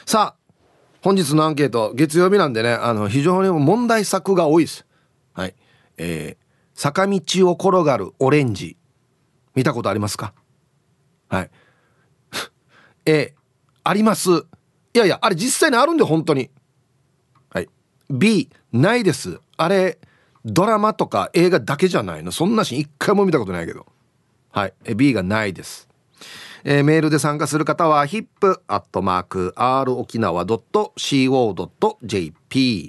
さあ本日のアンケート、月曜日なんでね、非常に問題作が多いです。はい。坂道を転がるオレンジ、見たことありますか？はい。あります。いやいや、あれ実際にあるんで本当に。はい。B、ないです。あれドラマとか映画だけじゃないの。そんなシーン一回も見たことないけど。はい。B がないです。メールで参加する方は hip@rokinawa.co.jp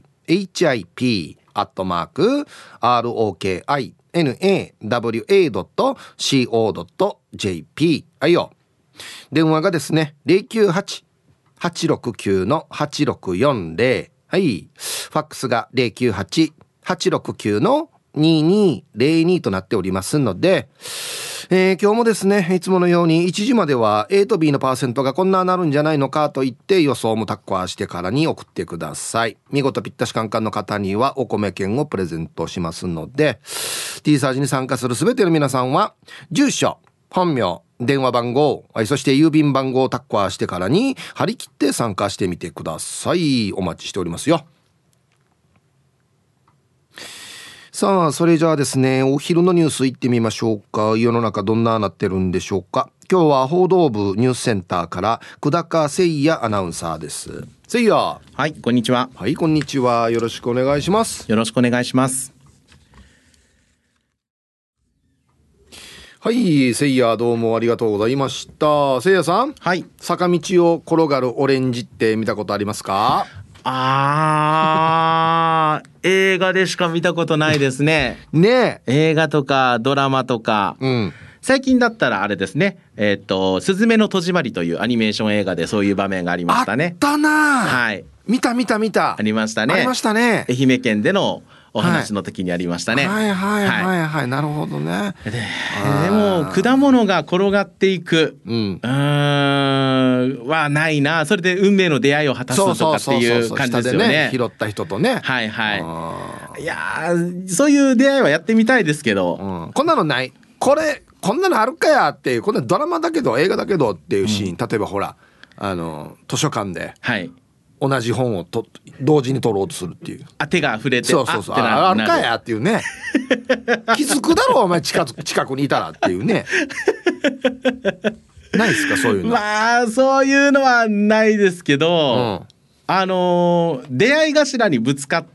hip@rokinawa.co.jp はいよ。電話がですね 098-869-8640 はい。ファックスが 098-869-2202 となっておりますので、今日もですね、いつものように1時までは A と B のパーセントがこんななるんじゃないのかと言って予想もタッコアしてからに送ってください。見事ぴったしカンカンの方にはお米券をプレゼントしますので、 T サージに参加するすべての皆さんは住所、本名、電話番号、そして郵便番号をタッコアしてからに張り切って参加してみてください。お待ちしておりますよ。さあ、それじゃあですね、お昼のニュース行ってみましょうか。世の中どんななってるんでしょうか。今日は報道部ニュースセンターから久高誠也アナウンサーです。誠也。 はい、こんにちは。 はい、こんにちは。よろしくお願いします。 よろしくお願いします。 はい、誠也どうもありがとうございました。誠也さん。 はい。 坂道を転がるオレンジって見たことありますか？ 映画でしか見たことないですね。 ねえ。映画とかドラマとか、 うん、 最近だったらあれですね、すずめの戸締まりというアニメーション映画でそういう場面がありましたね。 あったな。 はい。 見た。 ありましたね。 ありましたね。 愛媛県でのお話の時にありましたね。 はい、なるほどね。 でも果物が転がっていく、はないな。それで運命の出会いを果たすとかっていう感じですよね。 拾った人とね。 はいはい。いやそういう出会いはやってみたいですけど、 こんなのない。こんなのあるかやっていう、こんなドラマだけど映画だけどっていうシーン、例えばほら図書館で、はい、同じ本を同時に取ろうとするっていう。 手が触れて、 そうあるかやっていうね。気づくだろお前近くにいたらっていうね。ないですかそういうの。 まあそういうのはないですけど、出会い頭にぶつかって、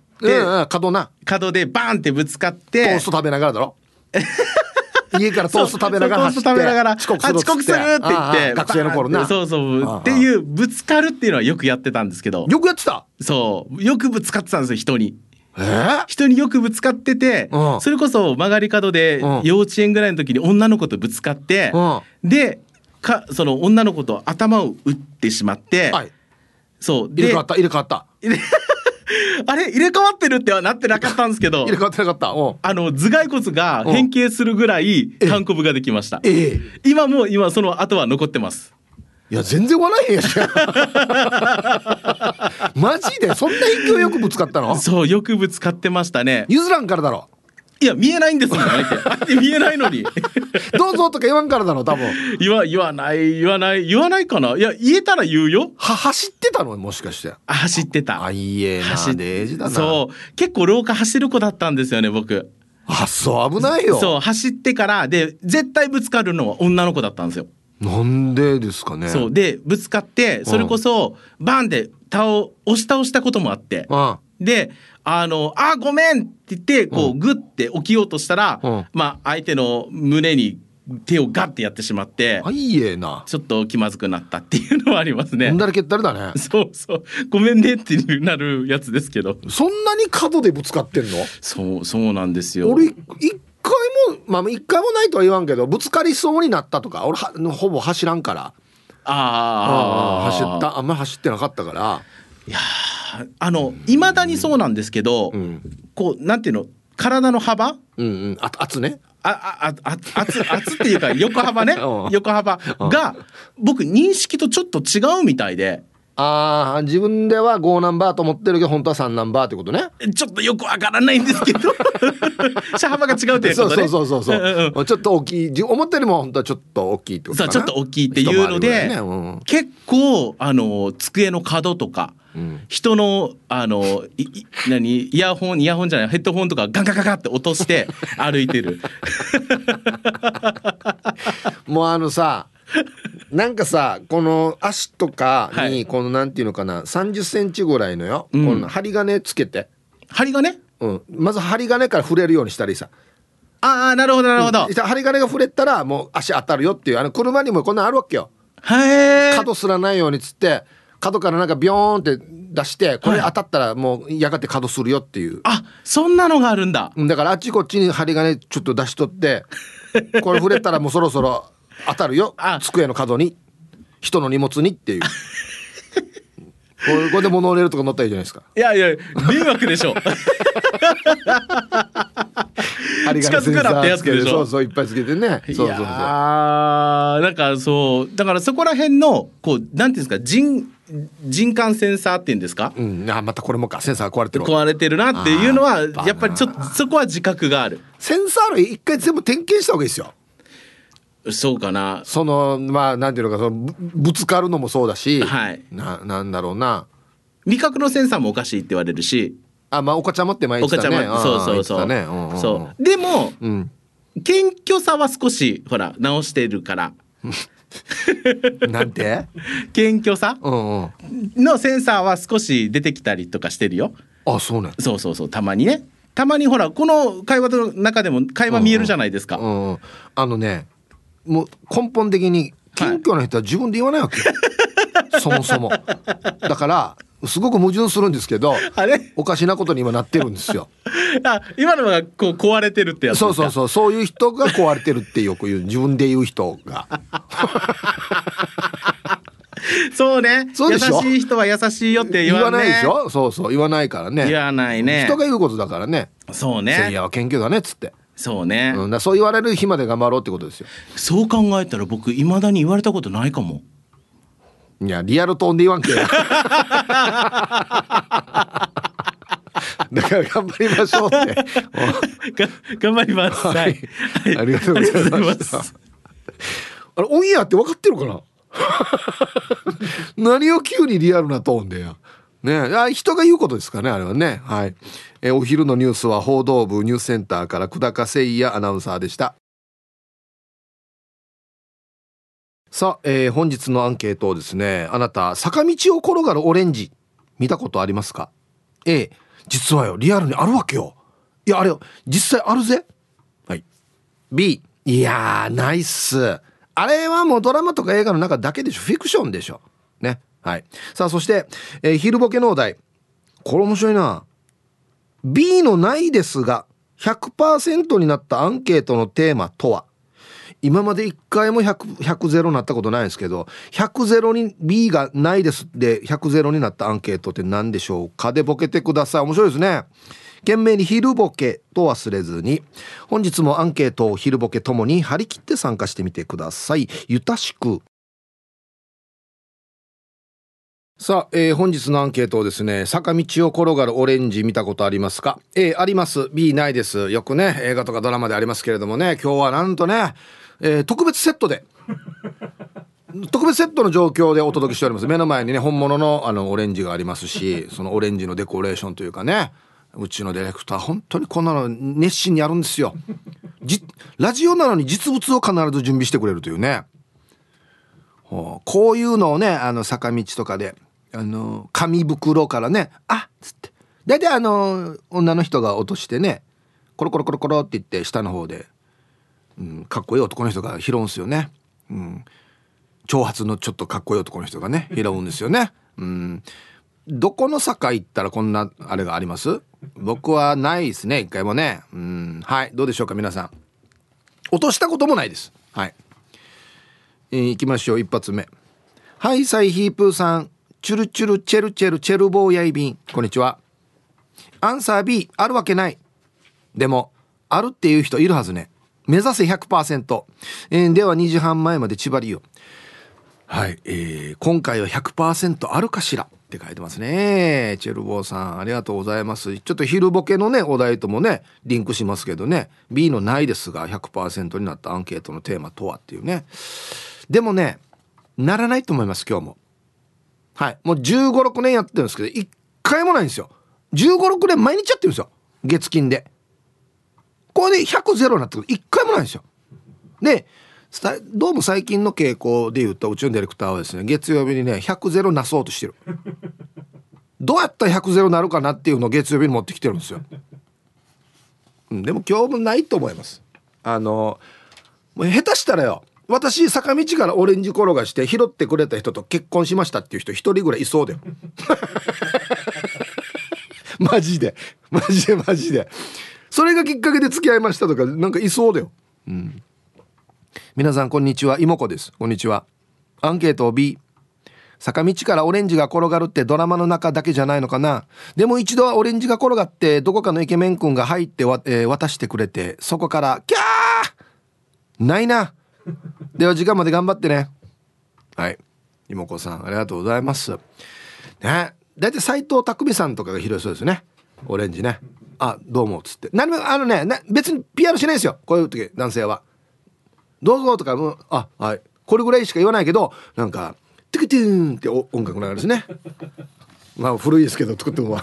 角でバーンってぶつかってトースト食べながらだろ。家からトースト食べながら走って遅刻するって言って学生の頃な。 そうっていうぶつかるっていうのはよくやってたんですけど。 よくやってた。 そうよくぶつかってたんですよ。人によくぶつかってて、それこそ曲がり角で幼稚園ぐらいの時に女の子とぶつかって、でその女の子と頭を打ってしまって、そうで入れ替わったあれ入れ替わってるってはなってなかったんですけど入れ替わってなかった。 頭蓋骨が変形するぐらい単こぶができました。今その後は残ってます。 いや全然笑えへんやしマジでそんな勢いよくぶつかったの？ そうよくぶつかってましたね。 譲らんからだろ。 いや見えないんですもん。相手見えないのにどうぞとか言わんからだろ多分。 言わないかな。いや言えたら言うよ。 走ってたのもしかして。 走ってた。 いいえなデージだな。 そう結構廊下走る子だったんですよね僕。 そう危ないよ。 そう走ってからで絶対ぶつかるのは女の子だったんですよ。 なんでですかね。 そうでぶつかってそれこそバンで押し倒したこともあって、でごめんって言ってこうグッて起きようとしたら、相手の胸に手をガッてやってしまって、 いいえなちょっと気まずくなったっていうのはありますね。 うんだれけったれだね。 そうごめんねってなるやつですけど。 そんなに角でぶつかってんの？ そうなんですよ。 俺一回もないとは言わんけどぶつかりそうになったとか俺ほぼ走らんから。走ったあんまり走ってなかったから。 いや未だにそうなんですけど、こうなんていうの体の幅、 圧ね。 圧っていうか横幅ね横幅が僕認識とちょっと違うみたいで。 自分では5ナンバーと思ってるけど本当は3ナンバーってことね。 ちょっとよくわからないんですけど車幅が違うっていうことね。 そうちょっと大きい思ったよりも本当はちょっと大きいってことかな。 そうちょっと大きいっていうので、結構机の角とか、人のイヤホンじゃないヘッドホンとかガンガンガンガンって落として歩いてるもうさなんかさこの足とかにこのなんていうのかな30センチぐらいのよ、この針金つけて針金、 まず針金から触れるようにしたりさ。 なるほどなるほど、 針金が触れたらもう足当たるよっていう、車にもこんなんあるわけよ。 へえ。 角すらないようにっつって角からなんかビョーンって出してこれ当たったらもうやがて角するよっていう、 そんなのがあるんだ。 だからあっちこっちに針金ちょっと出しとってこれ触れたらもうそろそろ当たるよ机の角に人の荷物にっていうこれで物を入れるとか乗ったらいいじゃないですか。 いや迷惑でしょ近づくなってやつでしょ。 そういっぱいつけてね。そうなんかそうだからそこら辺のこうなんていうんですか人感センサーっていうんですか、 またこれもかセンサー壊れてるなっていうのはやっぱりちょっとそこは自覚がある。 センサー類一回全部点検した方がいいですよ。 そうかな。 なんていうのかぶつかるのもそうだし、なんだろうな、 味覚のセンサーもおかしいって言われるし、 お子ちゃまって前言ってたね。 そうでも、謙虚さは少しほら直してるからなんて謙虚さのセンサーは少し出てきたりとかしてるよ。 そうね。 そうたまにほらこの会話の中でも会話見えるじゃないですか。 もう根本的に謙虚な人は自分で言わないわけよ、そもそも。だからすごく矛盾するんですけど、おかしなことに今なってるんですよ。 今のがこう壊れてるってやつですか。 そういう人が壊れてるってよく言う、自分で言う人がそうね。優しい人は優しいよって言わないでしょ。そう言わないからね。 言わないね。 人が言うことだからね。 そうね。 せいやは謙虚だねっつって。 そうね。 そう言われる日まで頑張ろうってことですよ。 そう考えたら僕未だに言われたことないかも。 いやリアルトーンで言わんけだから頑張りましょうって頑張ります、 はい、ありがとうございます。オンエアって分かってるかな何を急にリアルなトーンでやね、人が言うことですかね、あれはね。はい。お昼のニュースは報道部ニュースセンターから久高誠也アナウンサーでした。さあ、本日のアンケートをですね、あなた坂道を転がるオレンジ見たことありますか？ A、実はよリアルにあるわけよ。いやあれ実際あるぜ。はい。B、いやーナイス。あれはもうドラマとか映画の中だけでしょ、フィクションでしょね。はい。さあそして、昼ボケのお題、これ面白いな。 B のないですが 100% になったアンケートのテーマとは。今まで1回も100ゼロになったことないんですけど、100ゼロに B がないですで100ゼロになったアンケートって何でしょうか。でボケてください。面白いですね。懸命に昼ボケと忘れずに、本日もアンケートを昼ボケともに張り切って参加してみてください。ゆたしく。さあ、本日のアンケートをですね、坂道を転がるオレンジ見たことありますか？ A あります。 B ないです。よくね映画とかドラマでありますけれどもね、今日はなんとね、特別セットで特別セットの状況でお届けしております。目の前にね本物のオレンジがありますし、そのオレンジのデコレーションというかね、うちのディレクター本当にこんなの熱心にやるんですよ。ラジオなのに実物を必ず準備してくれるというね。こういうのをね坂道とかで紙袋からねつってだいたい女の人が落としてね、コロコロコロコロって言って下の方で、かっこいい男の人が拾うんですよね。長髪のちょっとかっこいい男の人がね拾うんですよね。どこの坂行ったらこんなあれがあります？僕はないですね、一回もね。はい、どうでしょうか皆さん。落としたこともないです。はい、行きましょう。一発目、はい、サイヒープーさん、チュルチュルチェルチェルチェルボーヤイビン、こんにちは。アンサー B、 あるわけない。でもあるっていう人いるはずね。目指せ 100%、では2時半前まで縛りよ。はい、今回は 100% あるかしらって書いてますね。チェルボーさんありがとうございます。ちょっと昼ボケのねお題ともねリンクしますけどね、 B のないですが 100% になったアンケートのテーマとはっていうね。でもねならないと思います今日も。 はい、もう15、6年やってるんですけど1回もないんですよ。15、6年毎日やってるんですよ、月金で。これで100ゼロになってくる1回もないんですよ。でどうも最近の傾向でいうとうちのディレクターはですね、月曜日にね100ゼロなそうとしてる。どうやったら100ゼロになるかなっていうのを月曜日に持ってきてるんですよ。でも今日もないと思います。もう下手したらよ、私坂道からオレンジ転がして拾ってくれた人と結婚しましたっていう人一人ぐらいいそうだよマジでそれがきっかけで付き合いましたとかなんかいそうだよ。皆さんこんにちは、いもこです。こんにちは。アンケート B、 坂道からオレンジが転がるってドラマの中だけじゃないのかな。でも一度はオレンジが転がってどこかのイケメン君が入って渡してくれて、そこからキャーないな。では時間まで頑張ってね。はい、いもこさんありがとうございますね。だいたい斉藤匠さんとかが拾いそうですね、オレンジね。あ、どうもっつって何も別に PR しないですよ、こういう時男性は。どうぞとか、はい、これぐらいしか言わないけど、なんかトゥクトゥーンって音楽流れるんですね。まあ古いですけどトゥクトゥーンは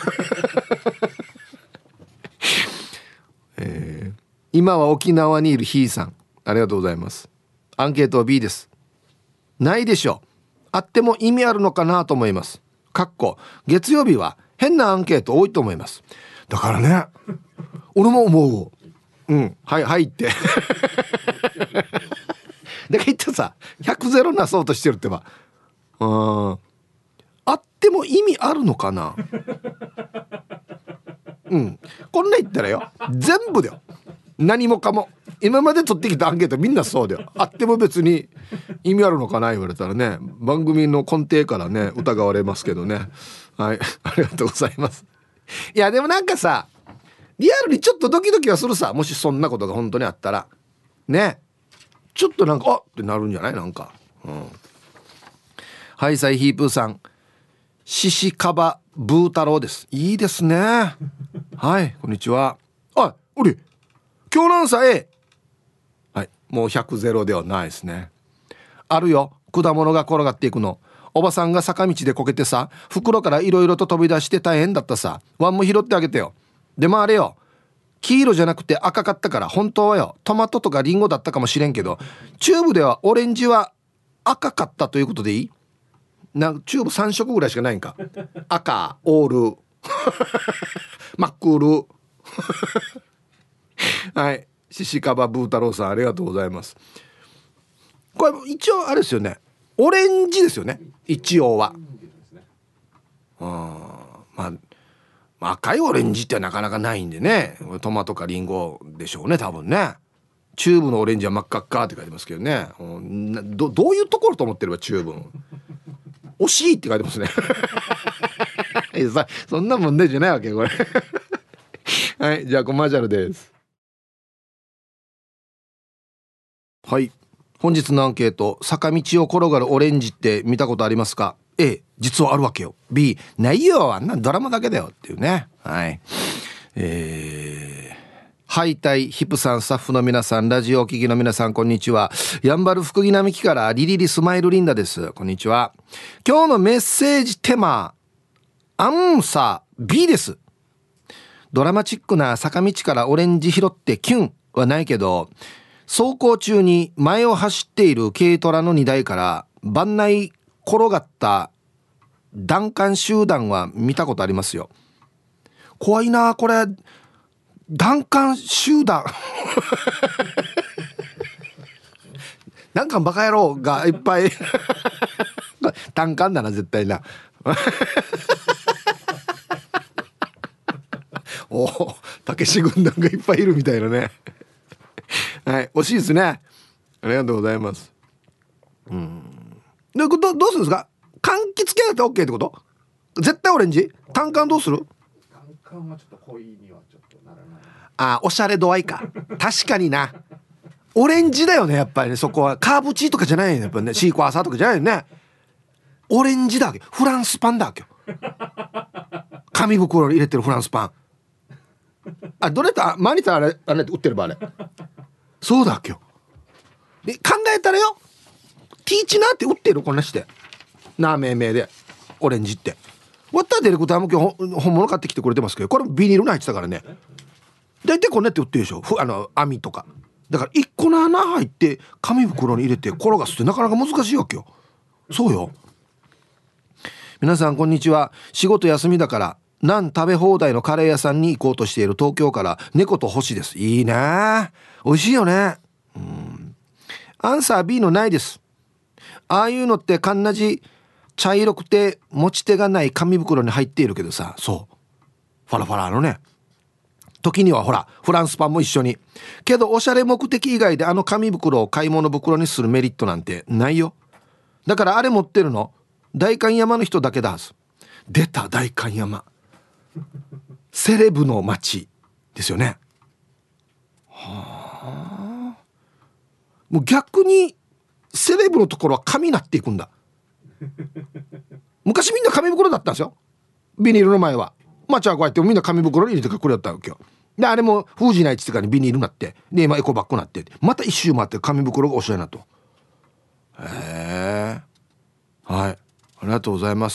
今は沖縄にいるひーさんありがとうございます。アンケートは B です。ないでしょ。あっても意味あるのかなと思います。月曜日は変なアンケート多いと思います。だからね、俺も思う。はいってだから言ってさ、100ゼロなそうとしてるってば、あっても意味あるのかな。こんな言ったらよ、全部だよ、何もかも今まで取ってきたアンケートみんなそうだよ。あっても別に意味あるのかな言われたらね、番組の根底からね疑われますけどね。はいありがとうございます。いやでもなんかさ、リアルにちょっとドキドキはするさ、もしそんなことが本当にあったらね、ちょっとなんかってなるんじゃない、なんか。ハイサイヒープーさん、シシカバブー太郎です。いいですねはいこんにちは。俺今日なんさはい、もう100ゼロではないですね。あるよ、果物が転がっていくの。おばさんが坂道でこけてさ、袋からいろいろと飛び出して大変だったさ。ワンも拾ってあげてよ。でもあれよ、黄色じゃなくて赤かったから、本当はよトマトとかリンゴだったかもしれんけど、チューブではオレンジは赤かったということでいい？チューブ3色ぐらいしかないんか。赤、オールマックールはいシシカバブー太郎さんありがとうございます。これ一応あれですよね、オレンジですよね一応は。まあ赤いオレンジってなかなかないんでね、トマトかリンゴでしょうね多分ね。チューブのオレンジは真っ赤っかって書いてますけどね。どういうところと思ってればチューブの惜しいって書いてますねそんな問題じゃないわけこれはいじゃあコマーシャルです。はい、本日のアンケート、坂道を転がるオレンジって見たことありますか？ A、 実はあるわけよ。 B、 ないよ、あんなドラマだけだよっていうね。はいハイタイヒップさん、スタッフの皆さん、ラジオお聞きの皆さん、こんにちは。やんばる福木並木からリリリスマイルリンダです。こんにちは。今日のメッセージテーマ、アンサー B です。ドラマチックな坂道からオレンジ拾ってキュンはないけど、走行中に前を走っている軽トラの荷台から番内転がった弾丸集団は見たことありますよ。怖いなこれ、弾丸集団弾丸バカ野郎がいっぱい弾丸だな絶対なおたけし軍団がいっぱいいるみたいなねはい惜しいですね。ありがとうございます。でどうするんですか？柑橘系だって OK ってこと？絶対オレンジ？単管どうする？単管はちょっと濃いにはちょっとならない。おしゃれ度合いか確かにな、オレンジだよねやっぱりね。そこはカーブチーとかじゃないよねやっぱりね。シークワーサーとかじゃないよね。オレンジだわけ。フランスパンだわけよ紙袋に入れてるフランスパン。どれだマニターあれ売ってればあれそうだっけよ。で考えたらよ、ティーチナーって売ってるこんなしてなあめいめいでオレンジって。わったディレクターも今日本物買ってきてくれてますけど、これビニールに入ってたからね。大体こんなって売ってるでしょ、網とか。だから1個の穴入って紙袋に入れて転がすってなかなか難しいわけよ。そうよ。皆さんこんにちは。仕事休みだからナン食べ放題のカレー屋さんに行こうとしている東京から猫と星です。いいね、美味しいよね。アンサー B のないです。ああいうのってかんなじ茶色くて持ち手がない紙袋に入っているけどさ、そうファラファラのね、時にはほらフランスパンも一緒に。けどおしゃれ目的以外であの紙袋を買い物袋にするメリットなんてないよ。だからあれ持ってるの代官山の人だけだはず。出た代官山セレブの街ですよね。はあ、もう逆にセレブのところは紙になっていくんだ。昔みんな紙袋だったんですよ、ビニールの前は。街はこうやってみんな紙袋に入れてくれやったわけよ。であれも封じないっつってからビニールになって、で今エコバッグになって、また一周回って紙袋がおしゃれなと。へえ、はい、ありがとうございます。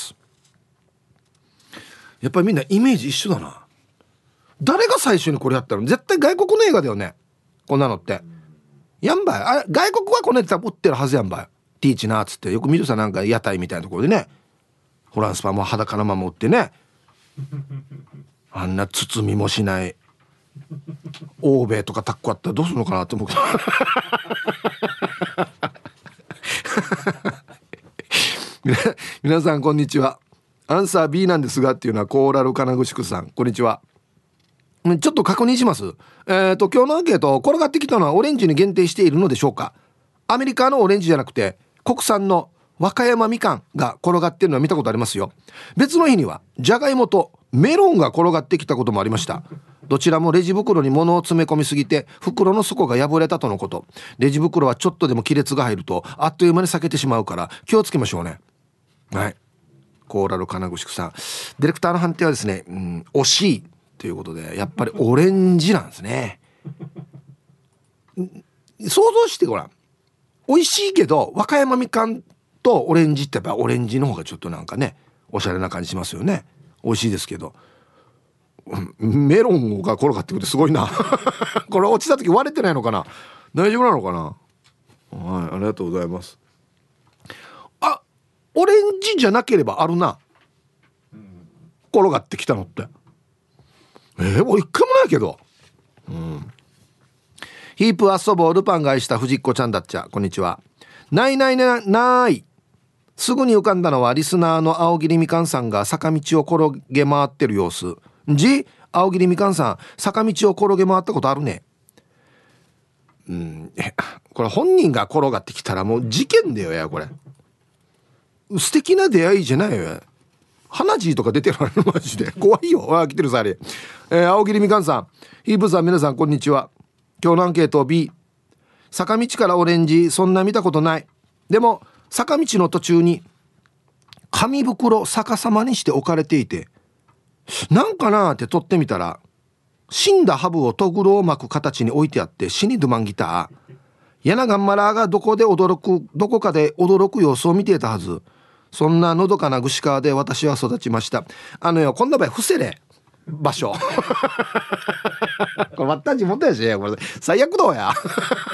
やっぱりみんなイメージ一緒だな。誰が最初にこれやったの？絶対外国の映画だよね、こんなのって。やんばい、あれ外国はこんなやつ売ってるはずやんばい。ティーチなっつってよく見るさ、なんか屋台みたいなところでね、フランスパンも裸のまま売ってね、あんな包みもしない欧米とかタッコあったらどうするのかなって思うけど皆さんこんにちは。アンサー B なんですがっていうのはコーラル金具宿さん、こんにちは。ちょっと確認します。今日のアンケート転がってきたのはオレンジに限定しているのでしょうか。アメリカのオレンジじゃなくて国産の和歌山みかんが転がってるのは見たことありますよ。別の日にはじゃがいもとメロンが転がってきたこともありました。どちらもレジ袋に物を詰め込みすぎて袋の底が破れたとのこと。レジ袋はちょっとでも亀裂が入るとあっという間に裂けてしまうから気をつけましょうね。はい、コーラル金具宿さん、ディレクターの判定はですね、惜しいということで、やっぱりオレンジなんですね。想像してごらん、美味しいけど和歌山みかんとオレンジってやっぱオレンジの方がちょっとなんかねおしゃれな感じしますよね。美味しいですけど、メロンが転がってくるってすごいなこれ落ちた時割れてないのかな、大丈夫なのかな。はい、ありがとうございます。あ、オレンジじゃなければあるな、転がってきたのって。もう一回もないけど。ヒープ遊ぼうルパンが愛した藤子ちゃんだっちゃ、こんにちは。ないないないない。すぐに浮かんだのはリスナーの青桐みかんさんが坂道を転げ回ってる様子。青桐みかんさん、坂道を転げ回ったことあるね。これ本人が転がってきたらもう事件だよや、これ。素敵な出会いじゃないよ。花地とか出てるのマジで怖いよ。来てるさあれ、青桐みかんさん、ヒープさん、皆さんこんにちは。今日のアンケート B。 坂道からオレンジ、そんな見たことない。でも坂道の途中に紙袋逆さまにして置かれていて、なんかなーって取ってみたら死んだハブをトグロを巻く形に置いてあって、死にドマンギターやながんまらがどこかで驚く様子を見ていたはず。そんなのどかな串川で私は育ちました。こんな場合伏せれ場所これまった地元やし、これ最悪だや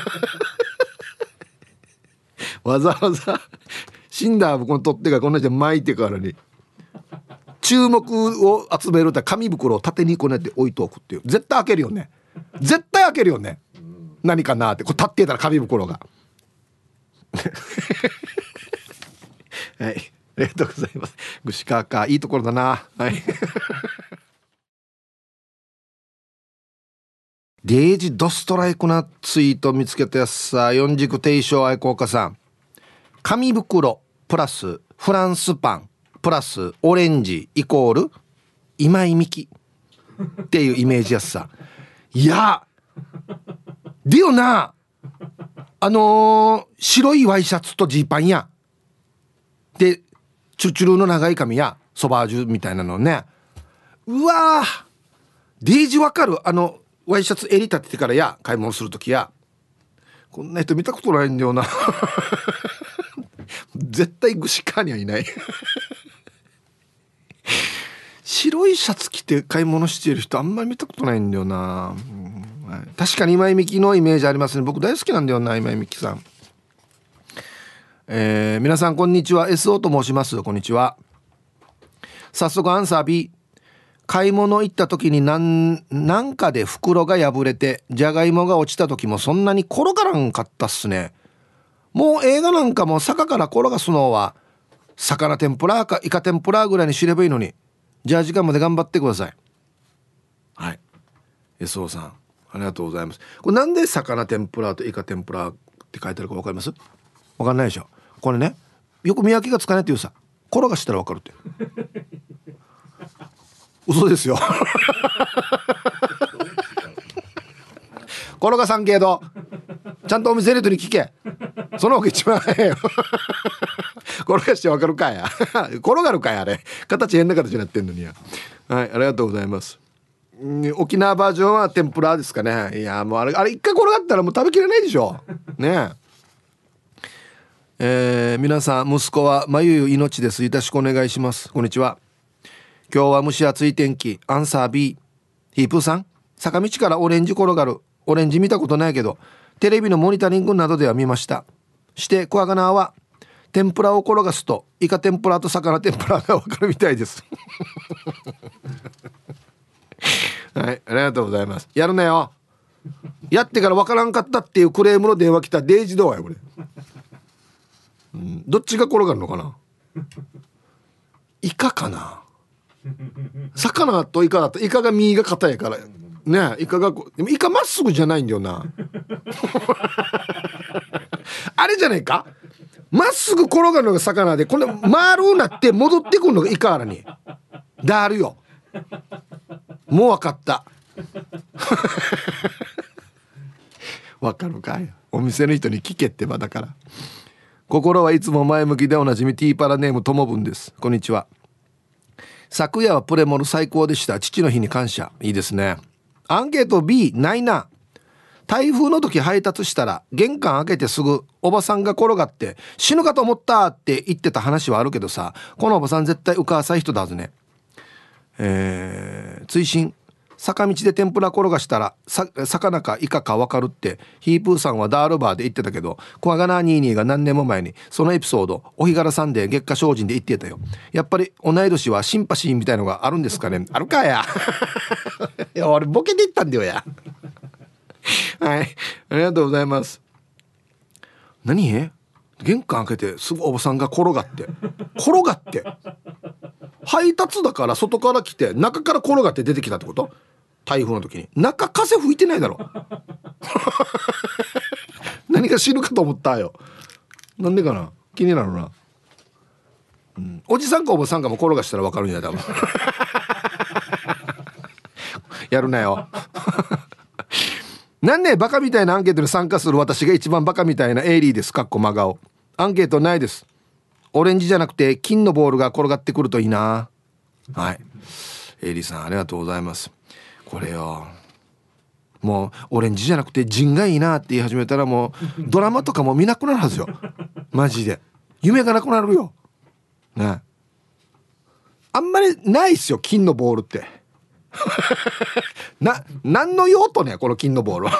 わざわざ死んだこの取っ手がこんな人巻いてからに注目を集めると紙袋を縦にこねって置いておくっていう。絶対開けるよね、絶対開けるよね。何かなってこう立ってたら紙袋がはい、ありがとうございます。串川か、いいところだな。はいデイジドストライクなツイート見つけたやつさ。四軸定称愛好家さん、紙袋プラスフランスパンプラスオレンジイコール今井美樹っていうイメージやつさ。いやでよな、白いワイシャツとジーパンやでチュチュルの長い髪やソバージュみたいなのね。うわー、デイジわかる。ワイシャツ襟立ててからや買い物するときや、こんな人見たことないんだよな絶対串川にはいない白いシャツ着て買い物している人あんまり見たことないんだよな、確かに今井美樹のイメージありますね。僕大好きなんだよな、今井美樹さん。皆さんこんにちは、 SO と申します。こんにちは。早速アンサー B。 買い物行った時になんかで袋が破れてじゃがいもが落ちた時もそんなに転がらんかったっすね。もう映画なんかも坂から転がすのは魚天ぷらかイカ天ぷらぐらいに知ればいいのに。じゃあ時間まで頑張ってください。はい、 SO さんありがとうございます。これなんで魚天ぷらとイカ天ぷらって書いてあるか分かります？分かんないでしょ。これね、よく見分けがつかないっていうさ、転がしたら分かるって嘘ですよ転がさんけどちゃんとお店の人に聞け、その方が一番早いよ転がして分かるかや転がるかや、あれ形変な形になってんのにや。はい、ありがとうございます。沖縄バージョンは天ぷらですかね。いやもうあれ一回転がったらもう食べきれないでしょねえ。皆さん、息子はまゆゆ命です。よろしくお願いします。こんにちは。今日は蒸し暑い天気。アンサー B。 ヒープーさん、坂道からオレンジ転がる。オレンジ見たことないけどテレビのモニタリングなどでは見ました。してクワガナーは天ぷらを転がすとイカ天ぷらと魚天ぷらが分かるみたいですはい、ありがとうございます。やるなよ。やってから分からんかったっていうクレームの電話来たデイジどうやこれ、どっちが転がるのかな。イカかな。魚とイカだとイカが右が硬いからね、イカがでもイカまっすぐじゃないんだよなあれじゃないか、まっすぐ転がるのが魚で、これ丸なって戻ってくるのがイカあらにだあるよ。もう分かった分かるかい、お店の人に聞けってば。だから心はいつも前向きでおなじみティーパラネームともぶんです。こんにちは。昨夜はプレモル最高でした。父の日に感謝。いいですね。アンケート B ないな。台風の時配達したら玄関開けてすぐおばさんが転がって死ぬかと思ったって言ってた話はあるけどさ、このおばさん絶対うか浅い人だはずね。追伸、坂道で天ぷら転がしたら魚かイカか分かるってヒープーさんはダールバーで言ってたけど、小ガナーニーニーが何年も前にそのエピソードお日柄さんで月下精進で言ってたよ。やっぱり同い年はシンパシーみたいのがあるんですかね。あるかやいや俺ボケで言ったんだよやはい、ありがとうございます。何？玄関開けてすぐおばさんが転がって配達だから外から来て中から転がって出てきたってこと？台風の時に中風吹いてないだろ何が死ぬかと思ったよ。なんでかな、気になるな、おじさんかおばさんかも転がしたら分かるんじゃない多分やるなよなんでバカみたいなアンケートに参加する私が一番バカみたいなエイリーです。かっこ真顔。アンケートないです。オレンジじゃなくて金のボールが転がってくるといいな。はい、エイリーさんありがとうございます。これよ、もうオレンジじゃなくてジンがいいなって言い始めたらもうドラマとかも見なくなるはずよマジで夢がなくなるよね。あんまりないっすよ金のボールって何の用途ねこの金のボールは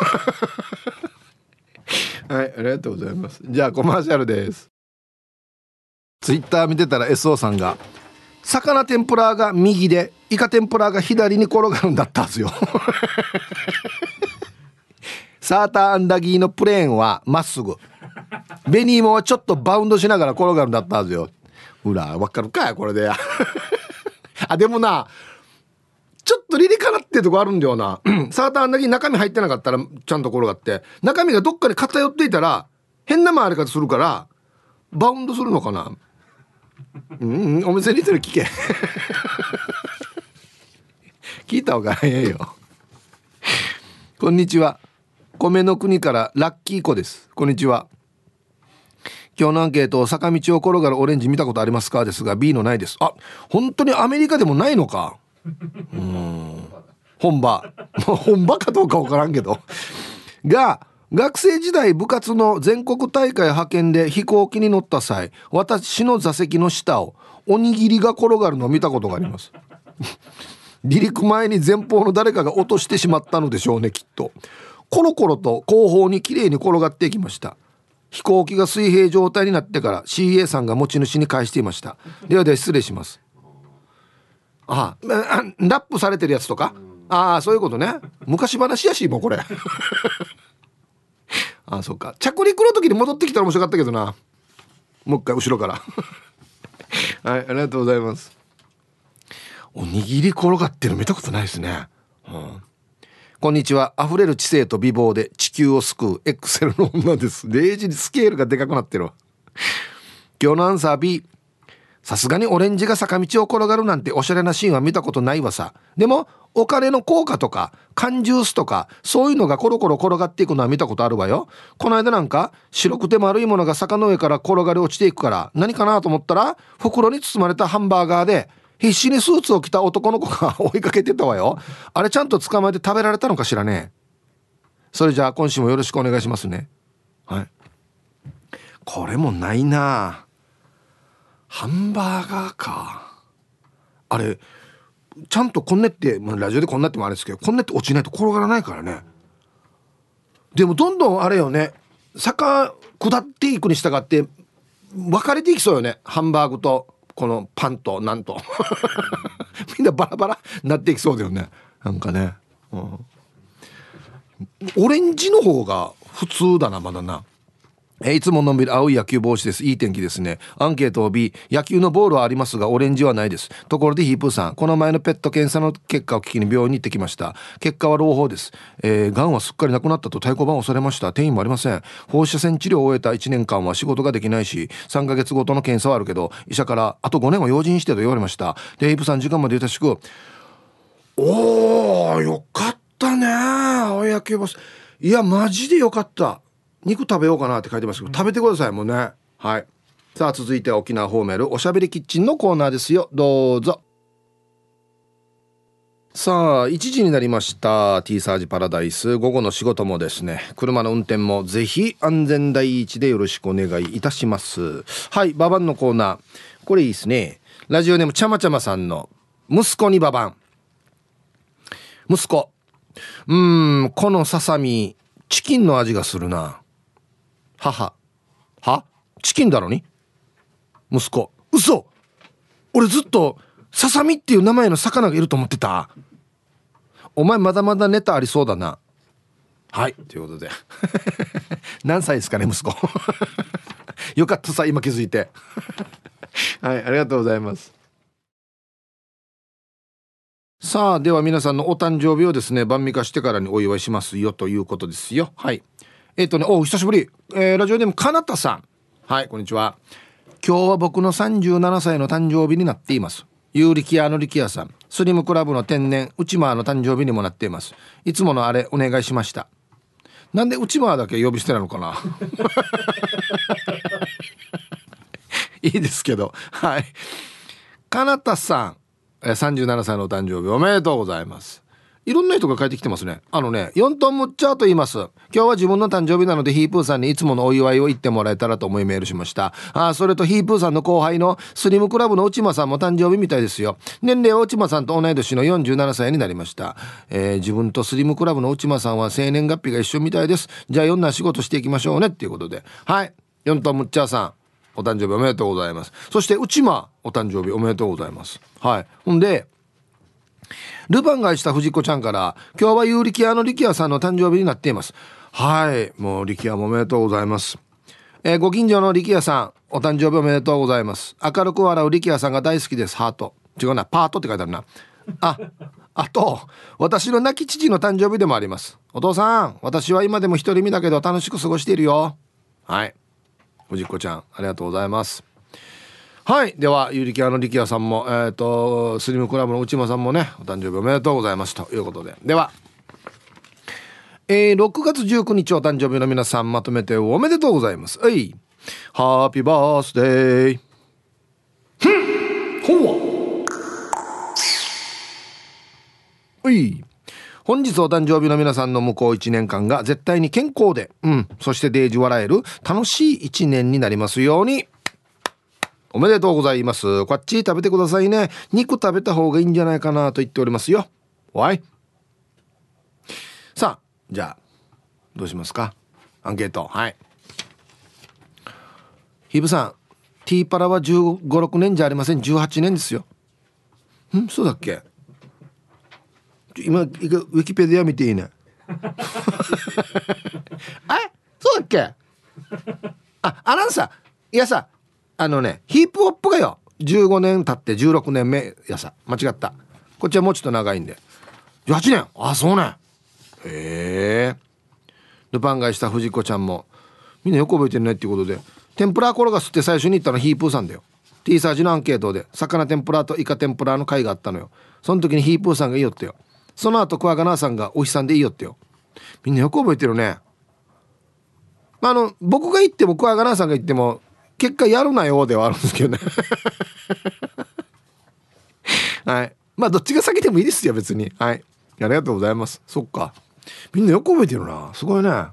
はい、ありがとうございます。じゃあコマーシャルです。ツイッター見てたら SO さんが魚天ぷらが右でイカ天ぷらが左に転がるんだったんですよサーターアンダギーのプレーンはまっすぐ、ベニーモはちょっとバウンドしながら転がるんだったんですよ。ほらわかるかこれであでもなちょっとリリカナってとこあるんだよなサーターアンダギー中身入ってなかったらちゃんと転がって中身がどっかに偏っていたら変な回り方するからバウンドするのかなお店に行ったら聞け聞いた方が早いよこんにちは、米の国からラッキー子です。こんにちは。今日のアンケート、坂道を転がるオレンジ見たことありますかですが B のないです。あ、本当にアメリカでもないのか。本場かどうか分からんけどが学生時代部活の全国大会派遣で飛行機に乗った際、私の座席の下をおにぎりが転がるのを見たことがあります。 離陸前に前方の誰かが落としてしまったのでしょうね、きっと。コロコロと後方にきれいに転がっていきました。飛行機が水平状態になってから CA さんが持ち主に返していました。では失礼します。ラップされてるやつとか、そういうことね。昔話やしもうこれそうか。着陸の時に戻ってきたら面白かったけどな。もう一回後ろからはい、ありがとうございます。おにぎり転がってる見たことないですね。こんにちは。溢れる知性と美貌で地球を救うエクセルの女です。0時にスケールがでかくなってる。今日のアンサー B。 さすがにオレンジが坂道を転がるなんておしゃれなシーンは見たことないわさ。でもお金の効果とか缶ジュースとかそういうのがコロコロ転がっていくのは見たことあるわよ。この間なんか白くて丸いものが坂の上から転がり落ちていくから何かなと思ったら、袋に包まれたハンバーガーで必死にスーツを着た男の子が追いかけてたわよ。あれちゃんと捕まえて食べられたのかしらね。それじゃあ今週もよろしくお願いしますね。はい。これもないな。ハンバーガーか。あれちゃんとこんねって、ラジオでこんなってもあれですけど、こんねって落ちないと転がらないからね。でもどんどんあれよね、坂下っていくに従って分かれていきそうよね。ハンバーグとこのパンとなんとみんなバラバラなっていきそうだよね。なんかね、オレンジの方が普通だな、まだな。いつものんびり青い野球帽子です。いい天気ですね。アンケートを B。 野球のボールはありますがオレンジはないです。ところでヒープーさん、この前のペット検査の結果を聞きに病院に行ってきました。結果は朗報です。がんはすっかりなくなったと太鼓判を押されました。転移もありません。放射線治療を終えた1年間は仕事ができないし、3ヶ月ごとの検査はあるけど医者からあと5年は用心してと言われました。でヒープーさん、時間までよろしく。おー、よかったね、青い野球帽子。いやマジでよかった。肉食べようかなって書いてますけど、食べてくださいもうね。はい。さあ続いては沖縄ホーメルおしゃべりキッチンのコーナーですよ。どうぞ。さあ1時になりました。 T サージパラダイス、午後の仕事もですね、車の運転もぜひ安全第一でよろしくお願いいたします。はい、ババンのコーナー、これいいですね。ラジオネームちゃまちゃまさんの息子にババン。息子、このささみチキンの味がするな。母、チキンだろに。息子、嘘、俺ずっとささみっていう名前の魚がいると思ってた。お前まだまだネタありそうだな。はい、ということで何歳ですかね息子よかったさ、今気づいてはい、ありがとうございます。さあでは皆さんのお誕生日をですね、晩御飯してからにお祝いしますよということですよ。はい。お久しぶり、ラジオネームかなたさん。はい、こんにちは。今日は僕の37歳の誕生日になっています。ユーリキアのリキアさん、スリムクラブの天然内間の誕生日にもなっています。いつものあれお願いしました。なんで内間だけ呼び捨てなのかないいですけど、はい。かなたさん、37歳のお誕生日おめでとうございます。いろんな人が書いてきてますね。4トンムッチャーと言います。今日は自分の誕生日なのでヒープーさんにいつものお祝いを言ってもらえたらと思いメールしました。それとヒープーさんの後輩のスリムクラブの内間さんも誕生日みたいですよ。年齢は内間さんと同い年の47歳になりました。自分とスリムクラブの内間さんは生年月日が一緒みたいです。じゃあいろんな仕事していきましょうねっていうことで、はい、4トンムッチャーさんお誕生日おめでとうございます。そして内間お誕生日おめでとうございます。はい。ほんでルパンがした藤子ちゃんから、今日はユーリキアのリキアさんの誕生日になっています。はい、もうリキアもおめでとうございます。ご近所のリキアさんお誕生日おめでとうございます。明るく笑うリキアさんが大好きです。ハート、違うな、パートって書いてあるな。あと私の亡き父の誕生日でもあります。お父さん、私は今でも独り身だけど楽しく過ごしているよ。はい、藤子ちゃんありがとうございます。はい、ではゆりきあのりきあさんもスリムクラブの内間さんもね、お誕生日おめでとうございますということで、では、6月19日お誕生日の皆さんまとめておめでとうございます。ハッピーバースデー。本日お誕生日の皆さんの向こう1年間が絶対に健康で、そしてデージ笑える楽しい1年になりますように。 おめでとうございます。こっち食べてくださいね。肉食べた方がいいんじゃないかなと言っておりますよ。わい。さあ、じゃあどうしますか。アンケート。はい。ヒブさん、ティーパラは15、6年じゃありません。18年ですよ。そうだっけ。今ウィキペディア見ていいね。そうだっけ。アナウンサー。いやさ、ヒップホップがよ、15年経って16年目やさ。間違った。こっちはもうちょっと長いんで。18年。そうね。へえ。ルパン買いした藤子ちゃんもみんなよく覚えてるねっていうことで、天ぷら転がすって最初に言ったのヒープーさんだよ。 T サージのアンケートで魚天ぷらとイカ天ぷらの会があったのよ。その時にヒープーさんがいいよってよ。その後クワガナーさんがお日さんでいいよってよ。みんなよく覚えてるね。僕が言ってもクワガナーさんが言っても結果やるなよではあるんですけどね。はい、どっちが先でもいいですよ別に。はい、ありがとうございます。そっか、みんなよく覚えてるな。すごいね。はい、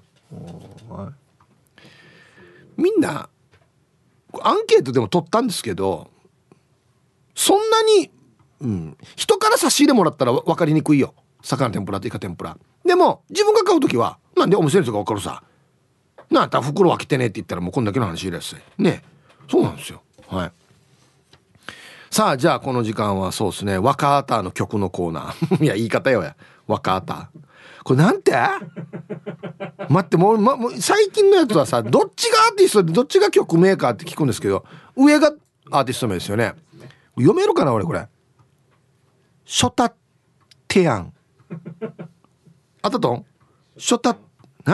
みんなアンケートでも取ったんですけど、そんなに、人から差し入れもらったら分かりにくいよ。魚天ぷらとイカ天ぷらでも自分が買うときはなんでお店の人が分かるさ。なんだ袋開けてねって言ったらもうこんだけの話入れやすいね。そうなんですよ。はい。さあじゃあこの時間はそうですね、ワカーターの曲のコーナー。いや言い方よや、ワカーター。これなんて待ってもう最近のやつはさ、どっちがアーティストでどっちが曲名かって聞くんですけど、上がアーティスト名ですよね。読めるかな俺これ。ショタテヤンあったとんショタ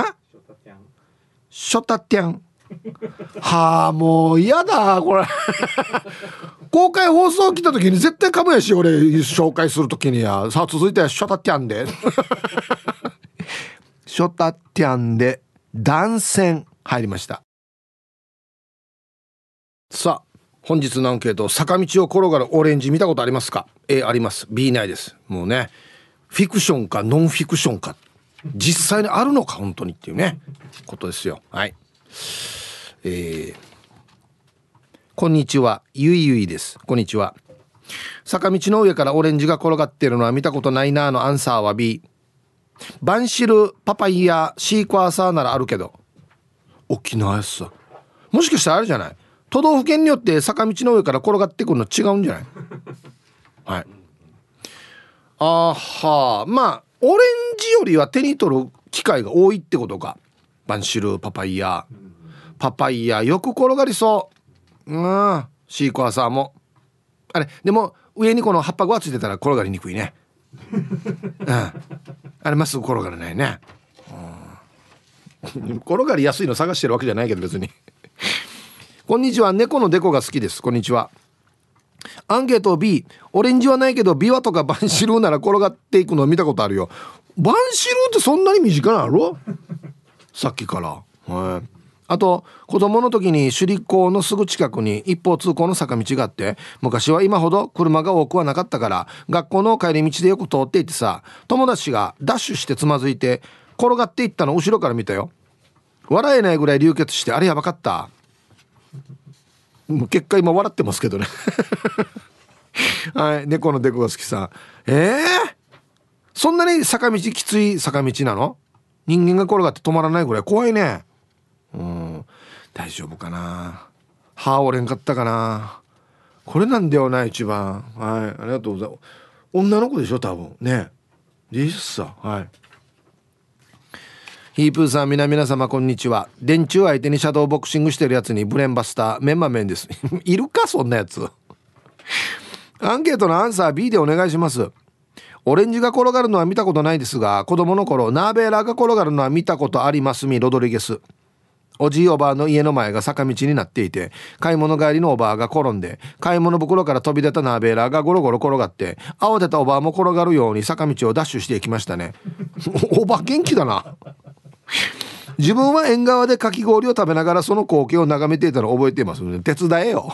ショタテヤン。はあもう嫌だこれ。公開放送来た時に絶対かもやし、俺紹介する時には。さあ続いてはショタテヤンで。ショタテヤンで断線入りました。さあ本日のアンケート、坂道を転がるオレンジ見たことありますか。 A あります。 B ないです。もうね、フィクションかノンフィクションか、実際にあるのか本当にっていうねことですよ。はい。こんにちは、ゆいゆいです。こんにちは。坂道の上からオレンジが転がっているのは見たことないなのアンサーは B。 バンシルパパイヤシークワーサーならあるけど、沖縄やさ。もしかしたらあれじゃない、都道府県によって坂道の上から転がってくるの違うんじゃない。はい。オレンジよりは手に取る機会が多いってことか。バンシルパパイヤよく転がりそう。シークワーサーもあれでも上にこの葉っぱがついてたら転がりにくいね。あれまっすぐ転がらないね。転がりやすいの探してるわけじゃないけど別に。こんにちは、猫のデコが好きです。こんにちは。アンケート B。 オレンジはないけどビワとかバンシルーなら転がっていくのを見たことあるよ。バンシルーってそんなに身近なのさっきから。はい。あと子供の時に首里港のすぐ近くに一方通行の坂道があって、昔は今ほど車が多くはなかったから学校の帰り道でよく通っていてさ、友達がダッシュしてつまずいて転がっていったのを後ろから見たよ。笑えないぐらい流血して、あれやばかった。結果今笑ってますけどね。はい。猫のデコが好きさ。そんなに坂道きつい坂道なの？人間が転がって止まらないぐらい怖いね。大丈夫かな。歯折れんかったかな。これなんだよな一番。はい、ありがとうございます。女の子でしょ多分ね。ですさ。はい。ヒープーさん、皆様こんにちは。電柱相手にシャドーボクシングしてるやつにブレンバスターメンマメンです。いるかそんなやつ。アンケートのアンサー B でお願いします。オレンジが転がるのは見たことないですが、子供の頃ナーベーラーが転がるのは見たことあります。ロドリゲス。おじいおばあの家の前が坂道になっていて、買い物帰りのおばあが転んで、買い物袋から飛び出たナーベーラーがゴロゴロ転がって、慌てたおばあも転がるように坂道をダッシュしていきましたね。おば元気だな。自分は縁側でかき氷を食べながらその光景を眺めていたのを覚えていますので手伝えよ。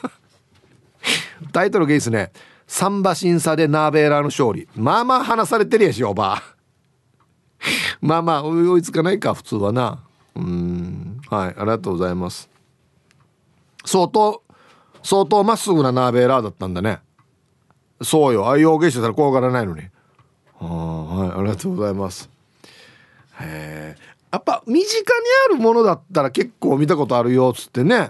タイトルがいいですね。サンバ審査でナーベーラーの勝利。まあまあ話されてるやしおばあ。まあまあ追いつかないか普通はな。はい、ありがとうございます。相当相当まっすぐなナーベーラーだったんだね。そうよ、愛用芸してたら怖がらないのに。はい、ありがとうございます。やっぱ身近にあるものだったら結構見たことあるよっつってね。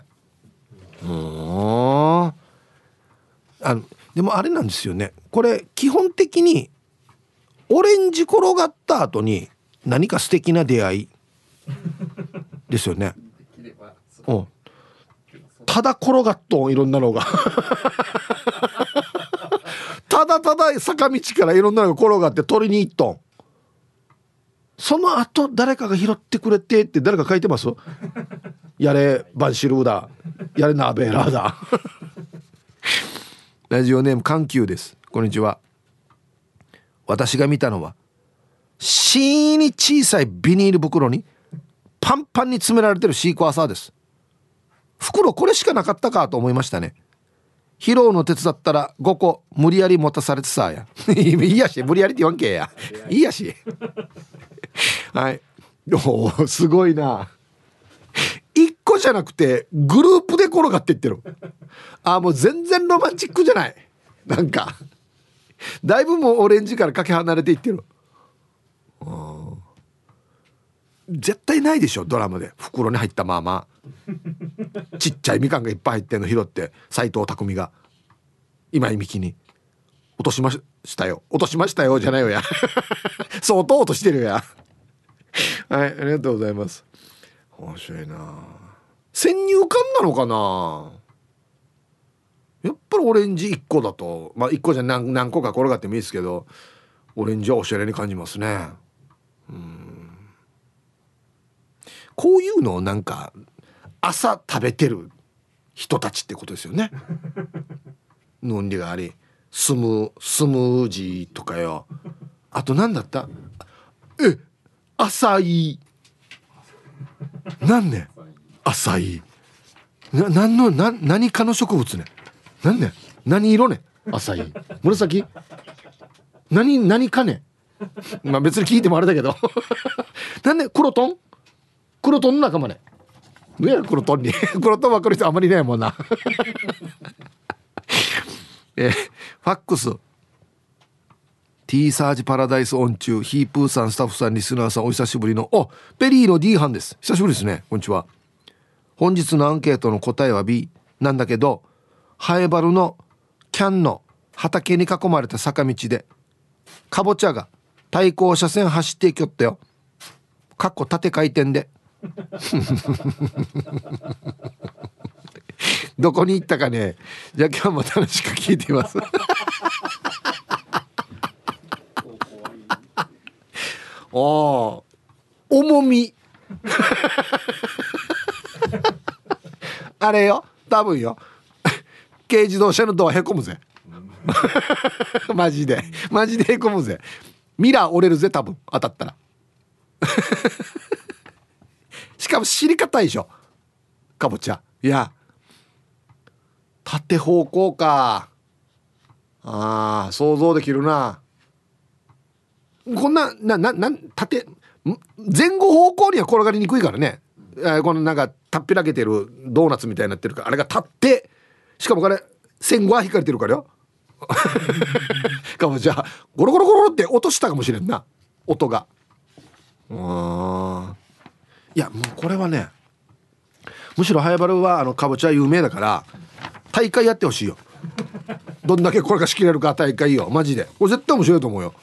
でもあれなんですよね、これ基本的にオレンジ転がった後に何か素敵な出会いですよね。ただ転がっとん、いろんなのがただただ坂道からいろんなのが転がって取りに行っとん。その後誰かが拾ってくれてって誰か書いてます？やれバンシルーだ、やれナーベーラーだラジオネーム緩急です。こんにちは。私が見たのはシーに小さいビニール袋にパンパンに詰められてるシークワーサーです。袋これしかなかったかと思いましたね。披露の手伝ったら5個無理やり持たされてさやいいやし、無理やりって言わんけや、いいやしはい、おすごいな。1個じゃなくてグループで転がっていってる。もう全然ロマンチックじゃない。なんかだいぶもうオレンジからかけ離れていってる。絶対ないでしょ、ドラマで袋に入ったままちっちゃいみかんがいっぱい入ってんの拾って斎藤工が今井美樹に落としましたよ、落としましたよじゃないよや相当落としてるよやはい、ありがとうございます。面白いな。先入観なのかな。やっぱりオレンジ1個だと、まあ1個じゃ何個か転がってもいいですけど、オレンジはおしゃれに感じますね。こういうのをなんか朝食べてる人たちってことですよねのんりがあり、スムージーとかよ。あと何だった、浅い、なんね浅い何かの植物ね、なんね何色ね、浅い紫何かね、まあ別に聞いてもあれだけどなんでクロトンの仲間ね、ね、クロトンにクロトン分かる人あんまりいないもんなファックス T サージパラダイスオン中、ヒープーさん、スタッフさん、リスナーさん、お久しぶりのペリーの D 班です。久しぶりですね。こんにちは。本日のアンケートの答えは B なんだけど、ハエバルのキャンの畑に囲まれた坂道でカボチャが対向車線走っていきよったよ。かっこ縦回転でどこに行ったかね。じゃあ今日も楽しく聞いています重みあれよ、多分よ軽自動車のドアへこむぜマジでへこむぜ。ミラー折れるぜ多分当たったらしかも尻硬いでしょかぼちゃ。いや縦方向か、想像できるな。こんな縦前後方向には転がりにくいからね。このなんかたっぴらけてるドーナツみたいになってるから、あれが立って、しかもこれ線が引かれてるからよかもじゃあゴロゴロゴロって落としたかもしれんな、音が。いやもうこれはね、むしろハヤバルはかぼちゃ有名だから大会やってほしいよどんだけこれが仕切れるか大会よ、マジで。これ絶対面白いと思うよ。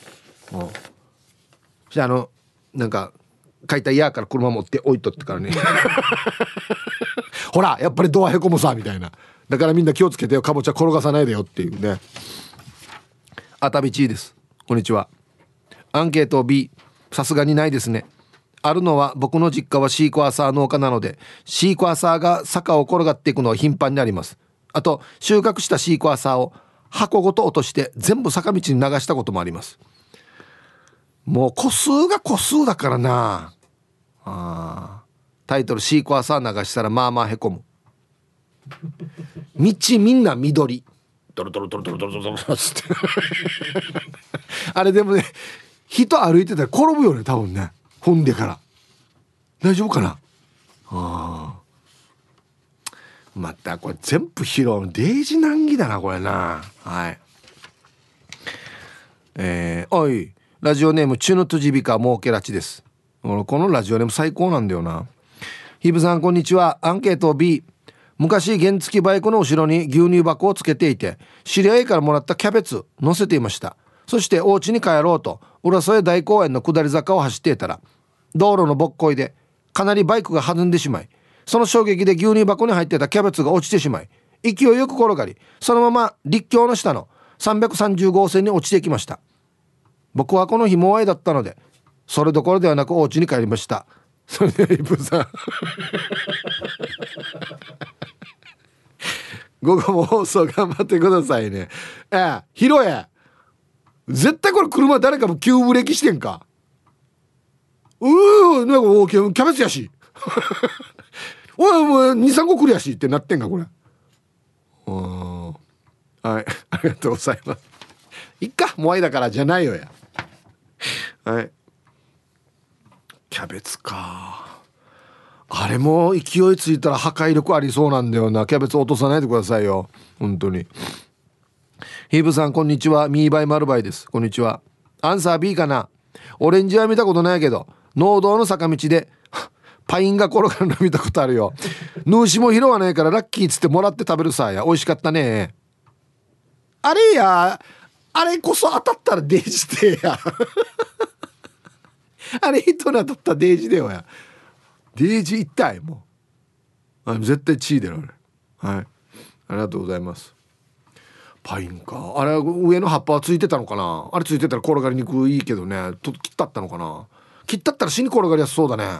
じゃあなんか解体屋から車持って置いとってからねほらやっぱりドアへこむさみたいな。だからみんな気をつけてよ、かぼちゃ転がさないでよっていうね。あたびちーです。こんにちは。アンケート B さすがにないですね。あるのは僕の実家はシークワーサー農家なので、シークワーサーが坂を転がっていくのは頻繁にあります。あと収穫したシークワーサーを箱ごと落として全部坂道に流したこともあります。もう個数が個数だからな。タイトルシークワーサー流したらまあまあへこむ。道みんな緑ドロドロドロドロドロドロドロってあれでもね、人歩いてたら転ぶよね多分ね、踏んでから。大丈夫かな。 またこれ全部拾うのデイジ難儀だなこれな。はい。おいラジオネームチュヌトジビカモーケラチです。このラジオネーム最高なんだよな。ヒブさんこんにちは。アンケート B。 昔原付バイクの後ろに牛乳箱をつけていて、知り合いからもらったキャベツ乗せていました。そしてお家に帰ろうと浦添大公園の下り坂を走っていたら、道路のぼっこいでかなりバイクが弾んでしまい、その衝撃で牛乳箱に入ってたキャベツが落ちてしまい、勢いよく転がり、そのまま陸橋の下の330号線に落ちてきました。僕はこの日モアイだったのでそれどころではなくお家に帰りました。それでイブさん午後も放送頑張ってくださいね。ヒロエ絶対これ車誰かも急ブレーキしてんか。なんかキャベツやしおいもう 2,3 個来るやしってなってんかこれ。はいありがとうございます。いっかモアイだからじゃないよや。はい。キャベツか。あれも勢いついたら破壊力ありそうなんだよな。キャベツ落とさないでくださいよ本当に。ヒーブさんこんにちは。ミーバイマルバイです。こんにちは。アンサー B かな。オレンジは見たことないけど農道の坂道でパインが転がるの見たことあるよ。ヌーシも拾わないからラッキーっつってもらって食べるさや。美味しかったね。あれやあれこそ当たったらデージでやあれ人に当たったらデージでよや。デージ痛いもう絶対血出るあれ。はいありがとうございます。パインか。あれ上の葉っぱはついてたのかな。あれついてたら転がりにくいけどね。切ったったのかな。切ったったら死に転がりやすそうだね。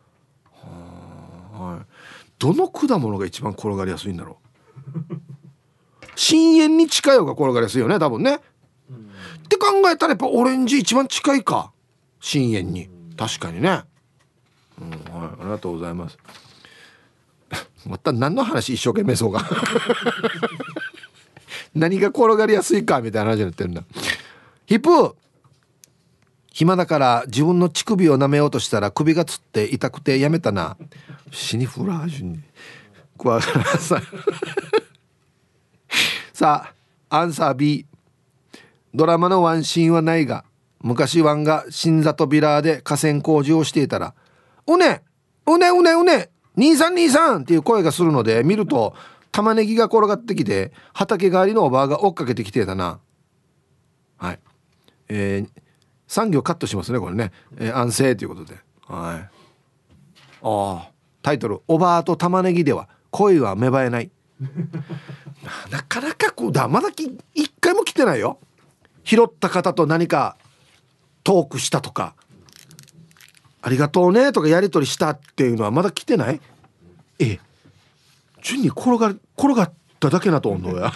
はい。どの果物が一番転がりやすいんだろう深淵に近い方が転がりやすいよね多分ね。って考えたらやっぱオレンジ一番近いか深淵に。確かにね。はい、ありがとうございますまた何の話一生懸命そうか何が転がりやすいかみたいな話になってるんだ。ヒップ暇だから自分の乳首を舐めようとしたら首がつって痛くてやめたな。シニフラージュにクワガラさんさあアンサー B。 ドラマのワンシーンはないが昔ワンが新里ビラーで河川工事をしていたらうねうねうねうね2323っていう声がするので見ると玉ねぎが転がってきて畑帰りのおばあが追っかけてきてたな。はい。産業カットしますねこれね。安静ということで。はい。タイトルおばあと玉ねぎでは恋は芽生えないなかなかこうだまだ一回も来てないよ。拾った方と何かトークしたとかありがとうねとかやり取りしたっていうのはまだ来てない。順に転がっただけなと思うや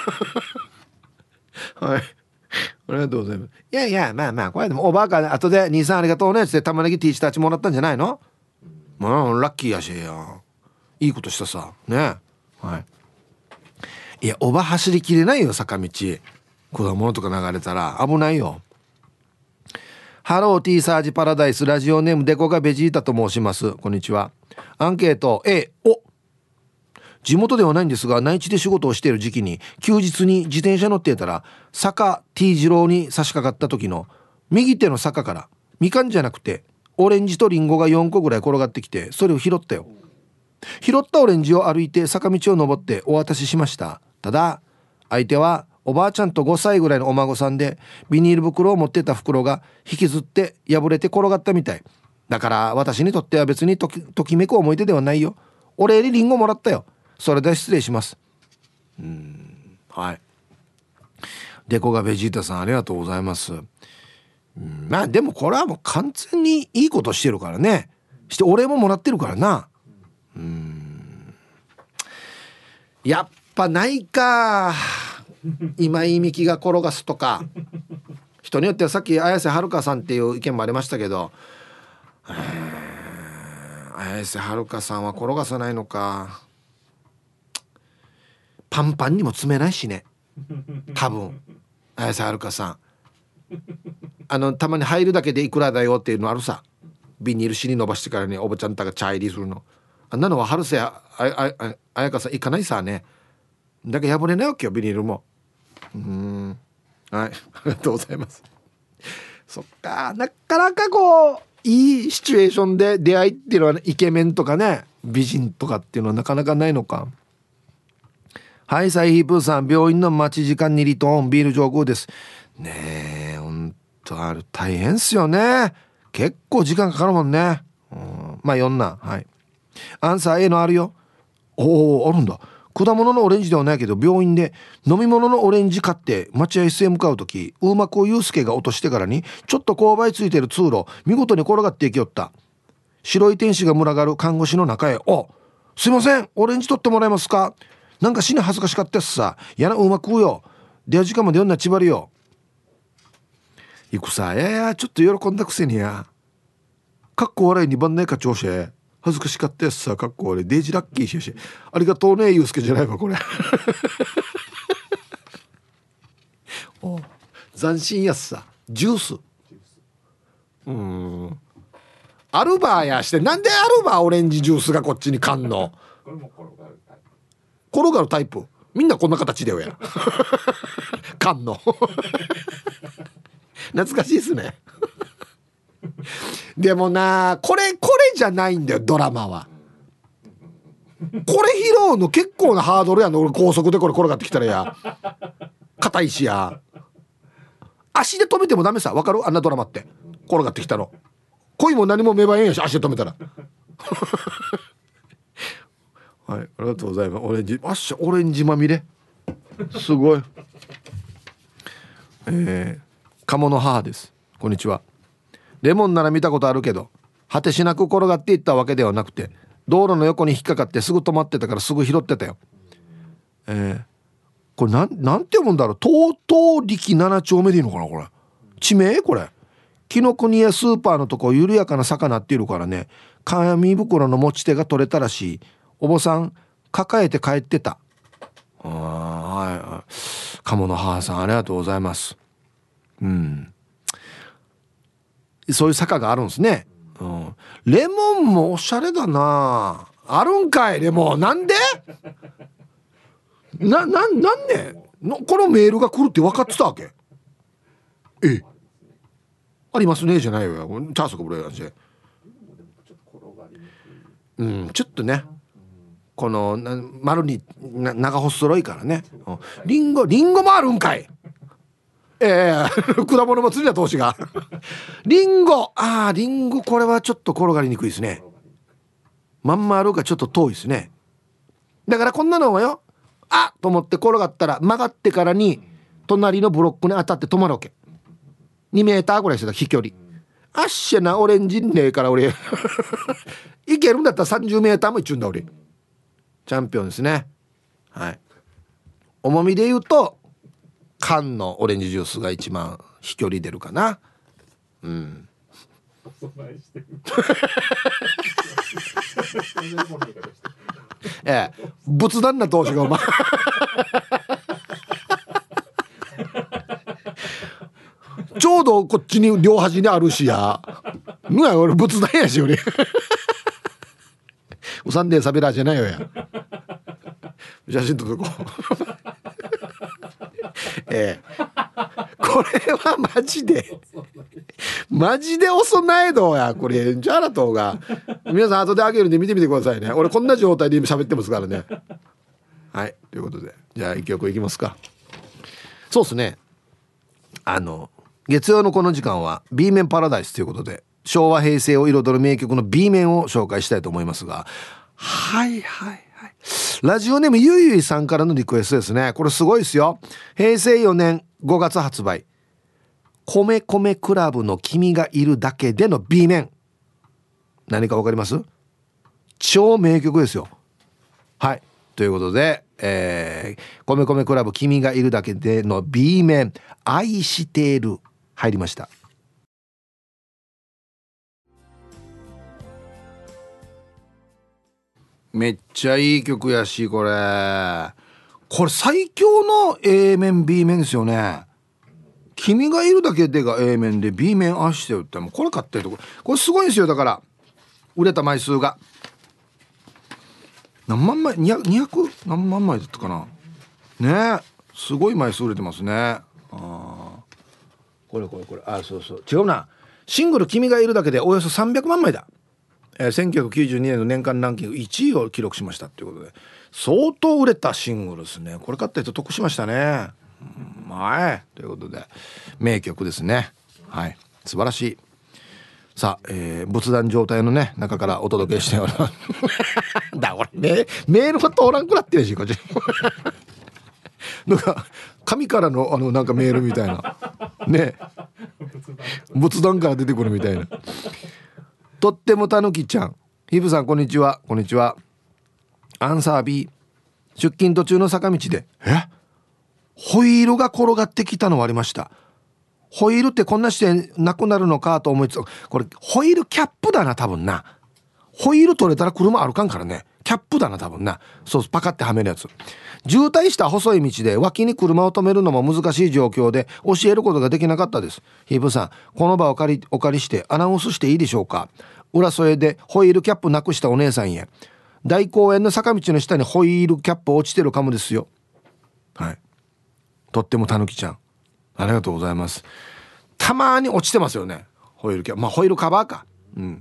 はいありがとうございます。いやいやまあまあこれでもおばあが後で兄さんありがとうねって玉ねぎ T シャツもらったんじゃないの。ラッキーやしやいいことしたさね。はい。いやおば走りきれないよ坂道。果物とか流れたら危ないよ。ハロー T サージパラダイスラジオネームデコがベジータと申します。こんにちは。アンケート A。 地元ではないんですが内地で仕事をしている時期に休日に自転車乗っていたら坂 T 字路に差し掛かった時の右手の坂からみかんじゃなくてオレンジとリンゴが4個ぐらい転がってきてそれを拾ったよ。拾ったオレンジを歩いて坂道を登ってお渡ししました。ただ相手はおばあちゃんと5歳ぐらいのお孫さんでビニール袋を持ってた袋が引きずって破れて転がったみたいだから私にとっては別にときめく思い出ではないよ。お礼にリンゴもらったよ。それで失礼します。はい。デコがベジータさんありがとうございます。まあでもこれはもう完全にいいことしてるからね。してお礼ももらってるからな。やっぱないか今井美樹が転がすとか人によってはさっき綾瀬はるかさんっていう意見もありましたけど綾瀬はるかさんは転がさないのか。パンパンにも詰めないしね多分綾瀬はるかさんたまに入るだけでいくらだよっていうのあるさ。ビニール紙に伸ばしてからねおばちゃんたが茶入りするのあんなのは春瀬あやかさん行かないさね。だけ破れないわけよビニールも。はい、ありがとうございます。そっか、なかなかこういいシチュエーションで出会いっていうのは、ね、イケメンとかね美人とかっていうのはなかなかないのか。はい、サイヒープーさん、病院の待ち時間2リトンビール上空ですね。えほんと大変っすよね。結構時間かかるもんね。まあ4な。はい、アンサー A のあるよ。おお、あるんだ。果物のオレンジではないけど、病院で飲み物のオレンジ買って待合室へ向かうとき、ウーマコユウスケが落としてからにちょっと勾配ついてる通路見事に転がっていきよった。白い天使が群がる看護師の中へ、お、すいません、オレンジ取ってもらえますか。なんか死に恥ずかしかったっすさ。やな、うまくよ。出会い時間まで読んだちばりよ。いくさ、ちょっと喜んだくせにや。かっこ笑いに番内課長して恥ずかしかったやつさ。かっこ俺デイジラッキーしし、ありがとうねゆうすけじゃないわこれ。お斬新やつさ。ジュースアルバーやして、なんでアルバーオレンジジュースがこっちにかんの。転がるタイプ、みんなこんな形でよや。かんの。懐かしいですね。でもな、これじゃないんだよドラマは。これ拾うの結構なハードルやの。俺高速でこれ転がってきたらや、硬いしや、足で止めてもダメさ。わかる？あんなドラマって転がってきたの。恋も何も芽生えんやし、足で止めたら。はい、ありがとうございます。オレンジ、オレンジまみれすごい。鴨の母です。こんにちは。レモンなら見たことあるけど、果てしなく転がっていったわけではなくて、道路の横に引っかかってすぐ止まってたからすぐ拾ってたよ。これなんて読むんだろう。東東力7丁目でいいのかなこれ。地名これ。紀ノ国屋スーパーのとこ緩やかな坂なっているからね、紙袋の持ち手が取れたらしい。お坊さん抱えて帰ってた。はい、鴨の母さんありがとうございます。そういう坂があるんですね。レモンもおしゃれだな。あるんかいレモン。なんでなんでこのメールが来るって分かってたわけ。ありますねじゃないよ。チャースコブレやし。ちょっとね、この丸に長細いからね。リンゴもあるんかい。果物祭りだ投資が。リンゴこれはちょっと転がりにくいですね。まんまあるがちょっと遠いですね。だからこんなのはよ、と思って転がったら曲がってからに隣のブロックに当たって止まるわけ。2メーターぐらいしてた飛距離。あっしゃな、オレンジねえから俺。いけるんだったら30メーターもいっちゅうんだ俺。チャンピオンですね。はい。重みで言うと缶のオレンジジュースが一番飛距離出るかな。仏壇な投資がお前。ちょうどこっちに両端にあるしや。俺仏壇やし俺。おサンデーサベラーじゃないよや。写真撮っとこう。これはマジでお供えどうやこれ。じゃあらとうが皆さん後であげるんで見てみてくださいね。俺こんな状態で今喋ってますからね。はい、ということでじゃあ一曲いきますか。そうですね、月曜のこの時間は B 面パラダイスということで、昭和平成を彩る名曲の B 面を紹介したいと思いますが、ラジオネームゆいゆいさんからのリクエストですね。これすごいですよ。平成4年5月発売、米米クラブの君がいるだけでの B 面、何かわかります？超名曲ですよ。はい、ということで、米米クラブ君がいるだけでの B 面、愛している入りました。めっちゃいい曲やし、これ最強の A 面 B 面ですよね。君がいるだけでが A 面で B 面愛してるって、もうこれ買ってるとこれすごいんですよ。だから売れた枚数が何万枚、200何万枚だったかなね。すごい枚数売れてますね。これそうそう、違うな。シングル君がいるだけでおよそ300万枚だ。1992年の年間ランキング1位を記録しましたということで、相当売れたシングルですね。これ買った人得しましたね。はい、ということで名曲ですね。はい、素晴らしい。さあ、仏壇状態のね中からお届けしておりますだこれね、メールが通らんくなってるし、こっちなんか神からのなんかメールみたいなね、仏壇から出てくるみたいな。とってもたぬきちゃん、ヒブさんこんにちは。こんにちは。アンサー B、 出勤途中の坂道でホイールが転がってきたのはありました。ホイールってこんなしてなくなるのかと思いつつ、これホイールキャップだな多分な。ホイール取れたら車歩かんからね。キャップだな多分な。そうパカってはめるやつ。渋滞した細い道で脇に車を止めるのも難しい状況で教えることができなかったです。ヒープさん、この場をお借りしてアナウンスしていいでしょうか。浦添でホイールキャップなくしたお姉さんへ、大公園の坂道の下にホイールキャップ落ちてるかもですよ。はい、とってもたぬきちゃんありがとうございます。たまに落ちてますよね、ホイールキャップ。ホイールカバーか。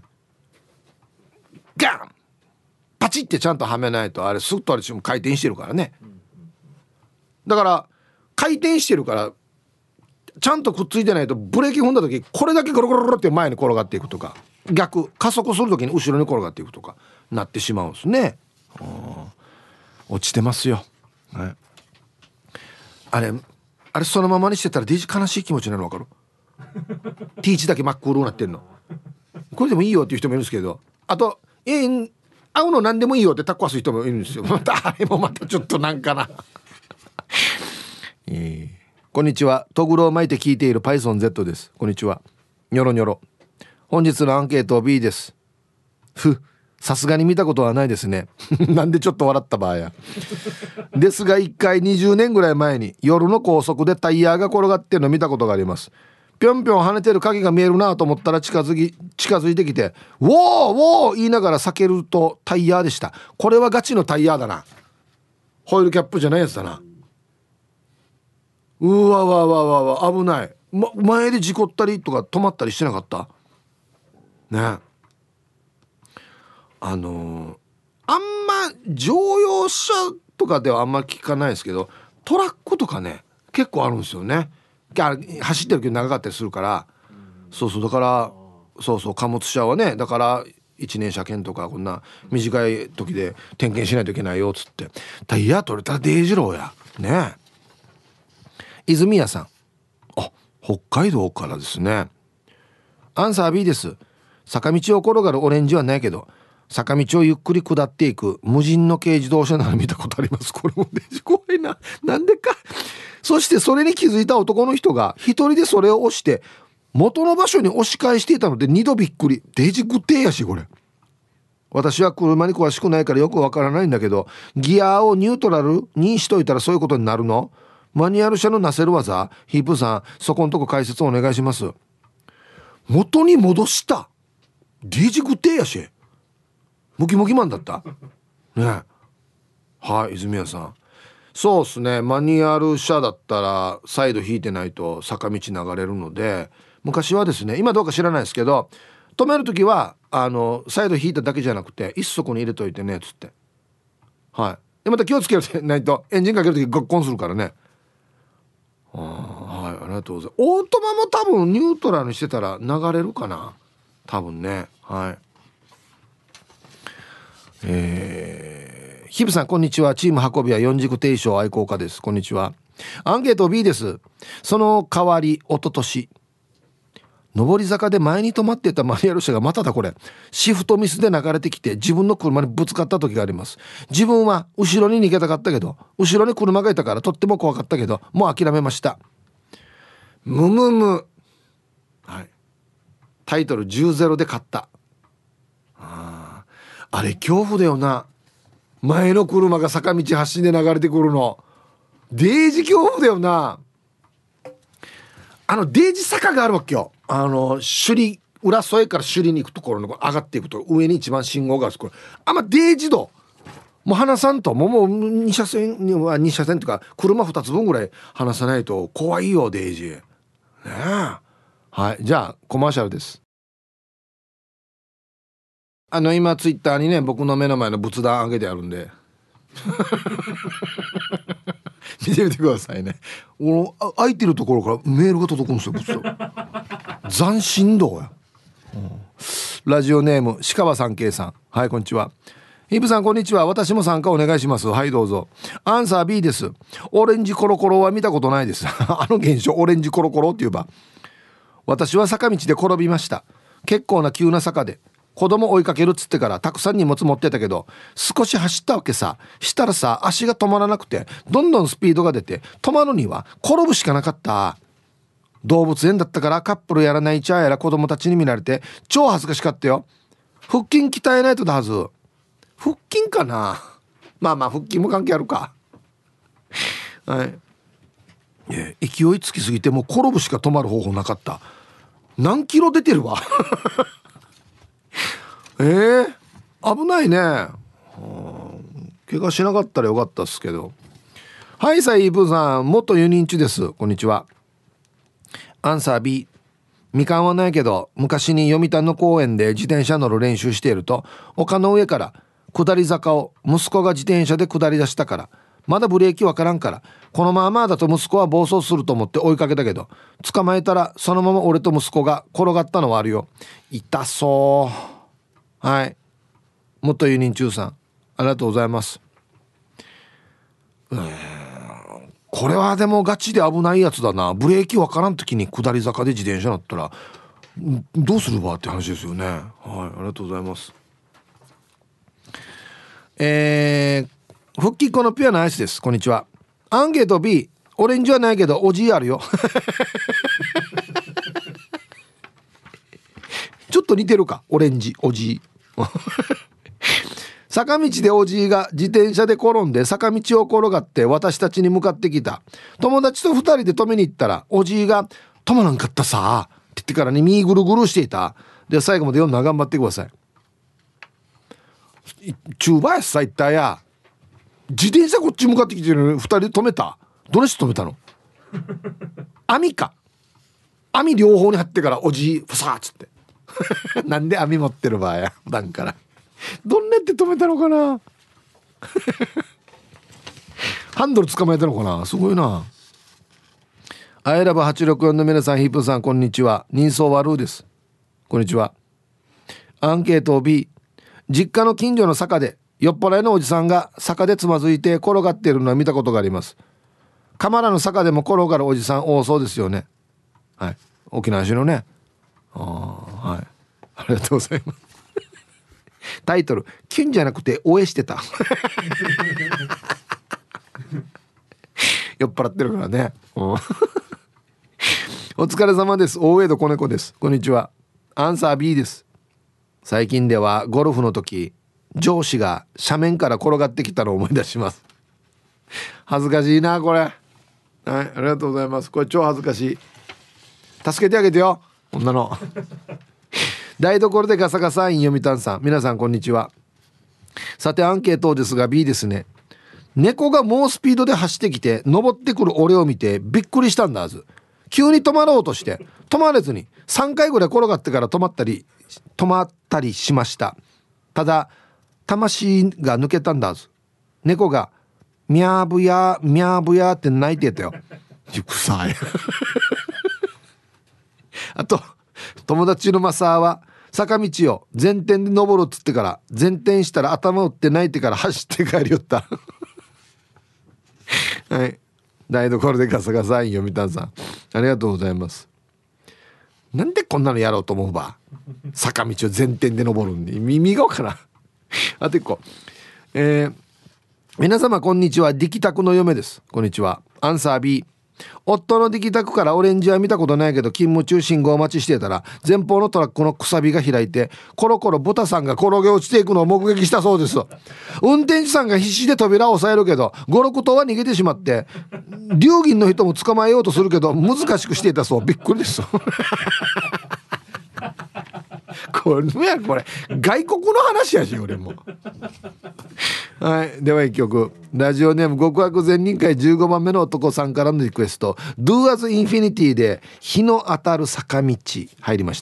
ガンパチってちゃんとはめないと、あれスッとあれ回転してるからね。だから回転してるからちゃんとくっついてないと、ブレーキ踏んだ時これだけゴロゴロゴロって前に転がっていくとか、逆加速する時に後ろに転がっていくとかなってしまうんですね。落ちてますよ、はい、あれそのままにしてたらデジ悲しい気持ちになるの分かるティーチだけ真っ黒になってんの。これでもいいよっていう人もいるんですけど、あと会うの何でもいいよってタッコわす人もいるんですよ。あれもまたちょっとなんかなこんにちは。トグロを巻いて聞いている PythonZ です。こんにちは。ニョロニョロ。本日のアンケート B です。さすがに見たことはないですねなんでちょっと笑った場合やですが、1回20年ぐらい前に夜の高速でタイヤが転がってるのを見たことがあります。ぴょんぴょん跳ねてる影が見えるなと思ったら近づいてきてウォーウォー言いながら避けるとタイヤでした。これはガチのタイヤだな。ホイールキャップじゃないやつだな。うわわわわわ危ない、前で事故ったりとか止まったりしてなかったね。あんま乗用車とかではあんま聞かないですけど、トラックとかね結構あるんですよね。走ってるけど長かったりするから、そうだからそう貨物車はね、だから1年車検とかこんな短い時で点検しないといけないよっつって、タイヤ取れたらデイジローやね。泉谷さん、北海道からですね。アンサー B です。坂道を転がるオレンジはないけど、坂道をゆっくり下っていく無人の軽自動車なら見たことあります。これもデジ怖いな。なんでか。そしてそれに気づいた男の人が一人でそれを押して元の場所に押し返していたので2度びっくり。デジグッテーやしこれ。私は車に詳しくないからよくわからないんだけど、ギアをニュートラルにしといたらそういうことになるの？マニュアル車のなせる技、ヒープさんそこんとこ解説お願いします。元に戻した。デジグッテーやしムキムキマンだったね。はい、泉谷さん、そうですね。マニュアル車だったらサイド引いてないと坂道流れるので、昔はですね、今どうか知らないですけど、止めるときはサイド引いただけじゃなくて一足に入れといてねっつって、はい。でまた気をつけないとエンジンかけるときガッコンするからね。はい、ありがとうございます。オートマも多分ニュートラルにしてたら流れるかな多分ね。はい。ヒブさんこんにちは。チーム運びは四軸定称愛好家です。こんにちは。アンケート B です。その代わり一昨年上り坂で前に止まっていたマニュアル車がまただこれシフトミスで流れてきて自分の車にぶつかった時があります。自分は後ろに逃げたかったけど、後ろに車がいたからとっても怖かったけど、もう諦めました。むむむ。はい、タイトル 10-0 で勝った。あれ恐怖だよな。前の車が坂道走って流れてくるのデージ恐怖だよな。デージ坂があるわけよ。首里浦添から首里に行くところの上がっていくと上に一番信号がある。これデージ道もう離さんともう2車線には2車線っていうか車2つ分ぐらい離さないと怖いよデイジーねえ。はい、じゃあコマーシャルです。今ツイッターにね僕の目の前の仏壇上げてあるんで見てみてくださいね。空いてるところからメールが届くんですよ仏壇斬新道や、ラジオネーム鹿場三慶さん、はい、こんにちは。イブさんこんにちは。私も参加お願いします。はい、どうぞ。アンサー B です。オレンジコロコロは見たことないです現象オレンジコロコロって言えば、私は坂道で転びました。結構な急な坂で子供追いかけるっつってからたくさん荷物持ってたけど少し走ったわけさ。したらさ足が止まらなくてどんどんスピードが出て止まるには転ぶしかなかった。動物園だったからカップルやらないチャーやら子供たちに見られて超恥ずかしかったよ。腹筋鍛えないとだはず。腹筋かな。まあまあ腹筋も関係あるかはい。勢いつきすぎてもう転ぶしか止まる方法なかった。何キロ出てるわ危ないね。怪我しなかったらよかったっすけど。はい、サイブさん元輸入中です。こんにちは。アンサー B。 みかんはないけど昔に読谷の公園で自転車乗る練習していると丘の上から下り坂を息子が自転車で下り出したからまだブレーキわからんからこのままだと息子は暴走すると思って追いかけたけど捕まえたらそのまま俺と息子が転がったのはあるよ。痛そう。はい、元輸入中さんありがとうございます。これはでもガチで危ないやつだな。ブレーキわからん時に下り坂で自転車乗ったらどうするわって話ですよね。はい、ありがとうございます。復帰っ子のピュアなアイスです。こんにちは。アンケート B。 オレンジはないけどおじいあるよちょっと似てるか。オレンジおじい坂道でおじいが自転車で転んで坂道を転がって私たちに向かってきた。友達と2人で止めに行ったらおじいが止まらんかったさって言ってからに右ぐるぐるしていた。で最後まで読んだら頑張ってください。中林さ一体や自転車こっち向かってきてるのに2人で止めた。どれして止めたの網か。網両方に貼ってからおじいふさーっつってなんで網持ってる場合や普段からどんなって止めたのかなハンドル捕まえたのかな。すごいな。アイラブ864の皆さんヒープさんこんにちは。人相悪うです。こんにちは。アンケート B。 実家の近所の坂で酔っ払いのおじさんが坂でつまずいて転がっているのは見たことがあります。カマラの坂でも転がるおじさん多そうですよね。はい、沖縄市のね。はい、ありがとうございますタイトルキュンじゃなくて応援してた酔っ払ってるからねお疲れ様です。大江戸子猫です。こんにちは。アンサー B です。最近ではゴルフの時上司が斜面から転がってきたのを思い出します。恥ずかしいなこれ。はい、ありがとうございます。これ超恥ずかしい。助けてあげてよこんなの台所でガサガサイン読谷さん皆さんこんにちは。さてアンケートですが B ですね。猫が猛スピードで走ってきて登ってくる俺を見てびっくりしたんだはず。急に止まろうとして止まれずに3回ぐらい転がってから止まったりしました。ただ魂が抜けたんだはず。猫がミャーブヤーミャーブヤーって泣いてたよ。臭いあと友達のマサーは坂道を前転で登るっつってから前転したら頭打って泣いてから走って帰りよったはい、台所でガサガサイン読谷さんありがとうございます。なんでこんなのやろうと思うば。坂道を前転で登るんで耳がわからんあと一個、皆様こんにちは。ディキタクの嫁です。こんにちは。アンサー B。 夫のディキタクからオレンジは見たことないけど勤務中信号待ちしてたら前方のトラックのくさびが開いてコロコロ豚さんが転げ落ちていくのを目撃したそうです。運転手さんが必死で扉を押さえるけど56頭は逃げてしまって龍銀の人も捕まえようとするけど難しくしていたそう。びっくりですこれ外国の話やし俺もはい、では一曲、ラジオネーム極悪善人会15番目の男さんからのリクエスト、 Do as Infinity で日の当たる坂道入りました。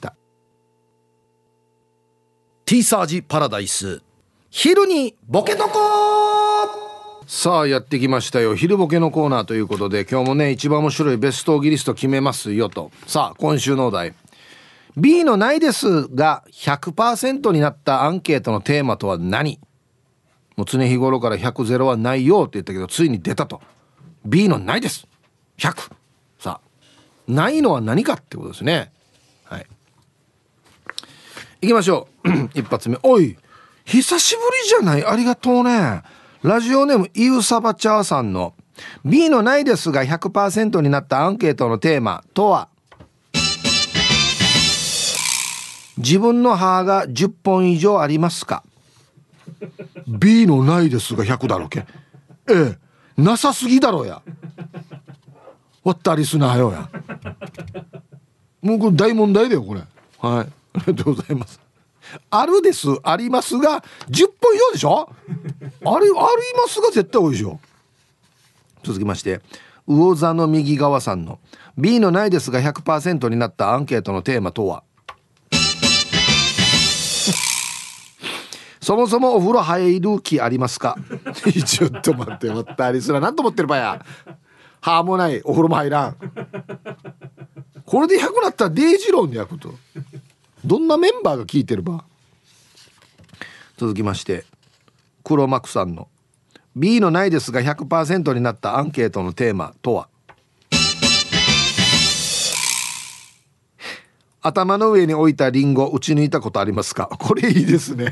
T サージパラダイス、昼にボケとこ。 さあやってきましたよ、昼ボケのコーナーということで、今日もね一番面白いベストギリスト決めますよと。さあ今週のお題、 B のないですが 100% になったアンケートのテーマとは何。もう常日頃から100ゼロはないよって言ったけど、ついに出たと。 B のないです100。さあないのは何かってことですね。はい、行きましょう一発目、おい久しぶりじゃない、ありがとうね。ラジオネームイウサバチャーさんの B のないですが 100% になったアンケートのテーマとは、自分の歯が10本以上ありますか。 B のないですが100だろけ。なさすぎだろや。わったリスナーよや。もうこれ大問題だよこれ。はい、ありがとうございます。あるです、ありますが10本以上でしょ。ありますが絶対多いでしょ。続きまして、魚座の右側さんの B のないですが 100% になったアンケートのテーマとは、そもそもお風呂入る気ありますかちょっと待って、まったりすらなんと思ってるばや。歯もない、お風呂も入らん。これで100なったらデイジローの役と、どんなメンバーが聞いてるば。続きまして、黒幕さんの B のないですが 100% になったアンケートのテーマとは、頭の上に置いたリンゴ打ち抜いたことありますか。これいいですね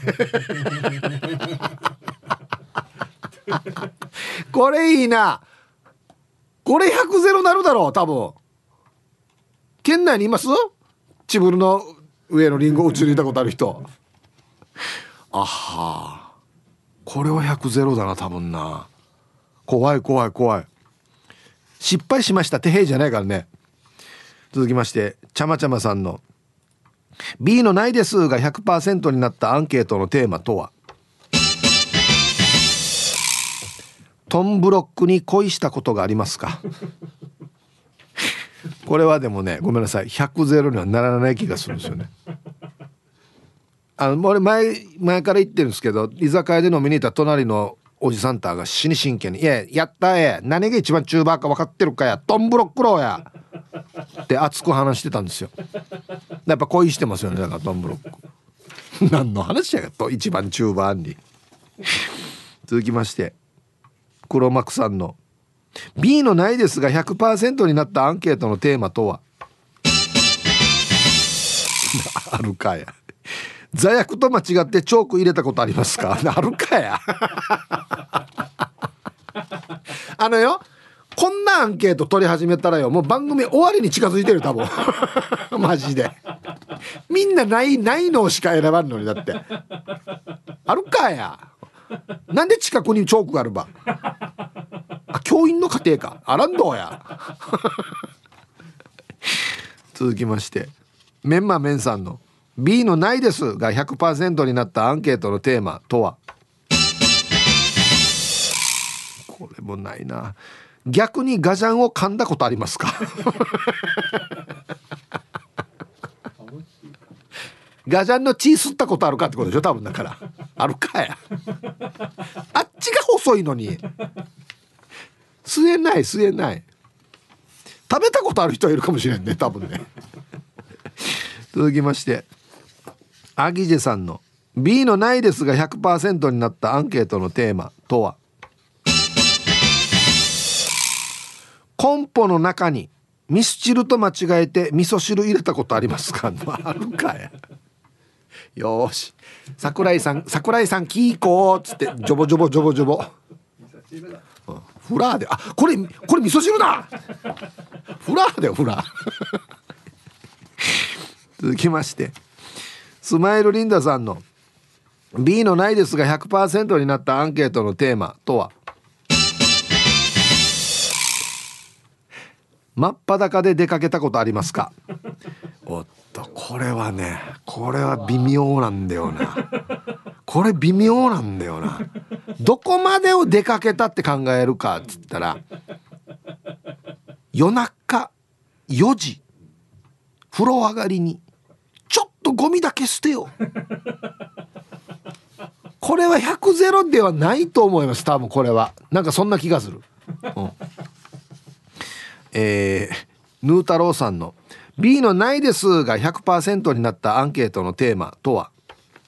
これいいな。これ100ゼロなるだろう多分。県内にいます？チブルの上のリンゴ打ち抜いたことある人。あは、これは100ゼロだな多分な。怖い怖い怖い。失敗しました手平じゃないからね。続きまして、ちゃまちゃまさんの B のないですが 100% になったアンケートのテーマとは、トンブロックに恋したことがありますかこれはでもね、ごめんなさい、100ゼロにはならない気がするんですよね。俺前から言ってるんですけど、居酒屋で飲みに行った隣のおじさんたが死に真剣に、やった何が一番中盤か分かってるかや、トンブロックローやって熱く話してたんですよ。やっぱ恋してますよね、だからトンブロック何の話やがと、一番中盤に続きまして、黒幕さんの B のないですが 100% になったアンケートのテーマとはあるかや。座薬と間違ってチョーク入れたことありますか。あるかやよ、こんなアンケート取り始めたらよ、もう番組終わりに近づいてる多分マジでみんなないのしか選ばんのに。だってあるかや。なんで近くにチョークがあるば。教員の家庭か、あらんどうや続きまして、メンマメンさんの B のないですが 100% になったアンケートのテーマとは、これもないな。逆にガジャンを噛んだことありますかガジャンの血吸ったことあるかってことでしょ多分。だからあるかやあっちが細いのに吸えない食べたことある人はいるかもしれんね多分ね続きまして、アギジェさんの B のないですが 100% になったアンケートのテーマとは、コンポの中にミスチルと間違えて味噌汁入れたことありますか。あるかや。よーし、桜井さんキーコーっつってジョボジョボジョボジョボフラーで、これ味噌汁だフラーだよフラー続きまして、スマイルリンダさんの B のないですが 100% になったアンケートのテーマとは、真っ裸で出かけたことありますか。おっと、これは微妙なんだよな。これ微妙なんだよな。 どこまでを出かけたって考えるかっつったら、夜中4時風呂上がりにちょっとゴミだけ捨てよう。これは100ゼロではないと思います。多分これはなんかそんな気がする、うん。ヌー太郎さんの B のないですが 100% になったアンケートのテーマとは、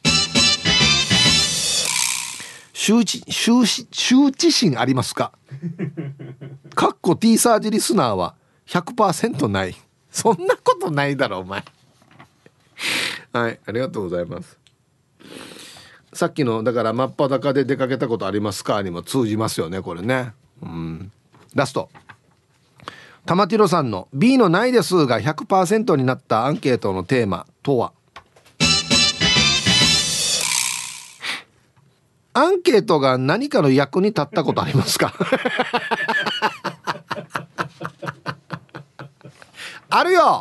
羞恥心ありますか？かっこ T サージリスナーは 100% ない。そんなことないだろお前。はい、ありがとうございます。さっきのだから真っ裸で出かけたことありますかにも通じますよねこれね。ラスト玉ティロさんの B のないですが 100% になったアンケートのテーマとは、アンケートが何かの役に立ったことありますか？あるよ。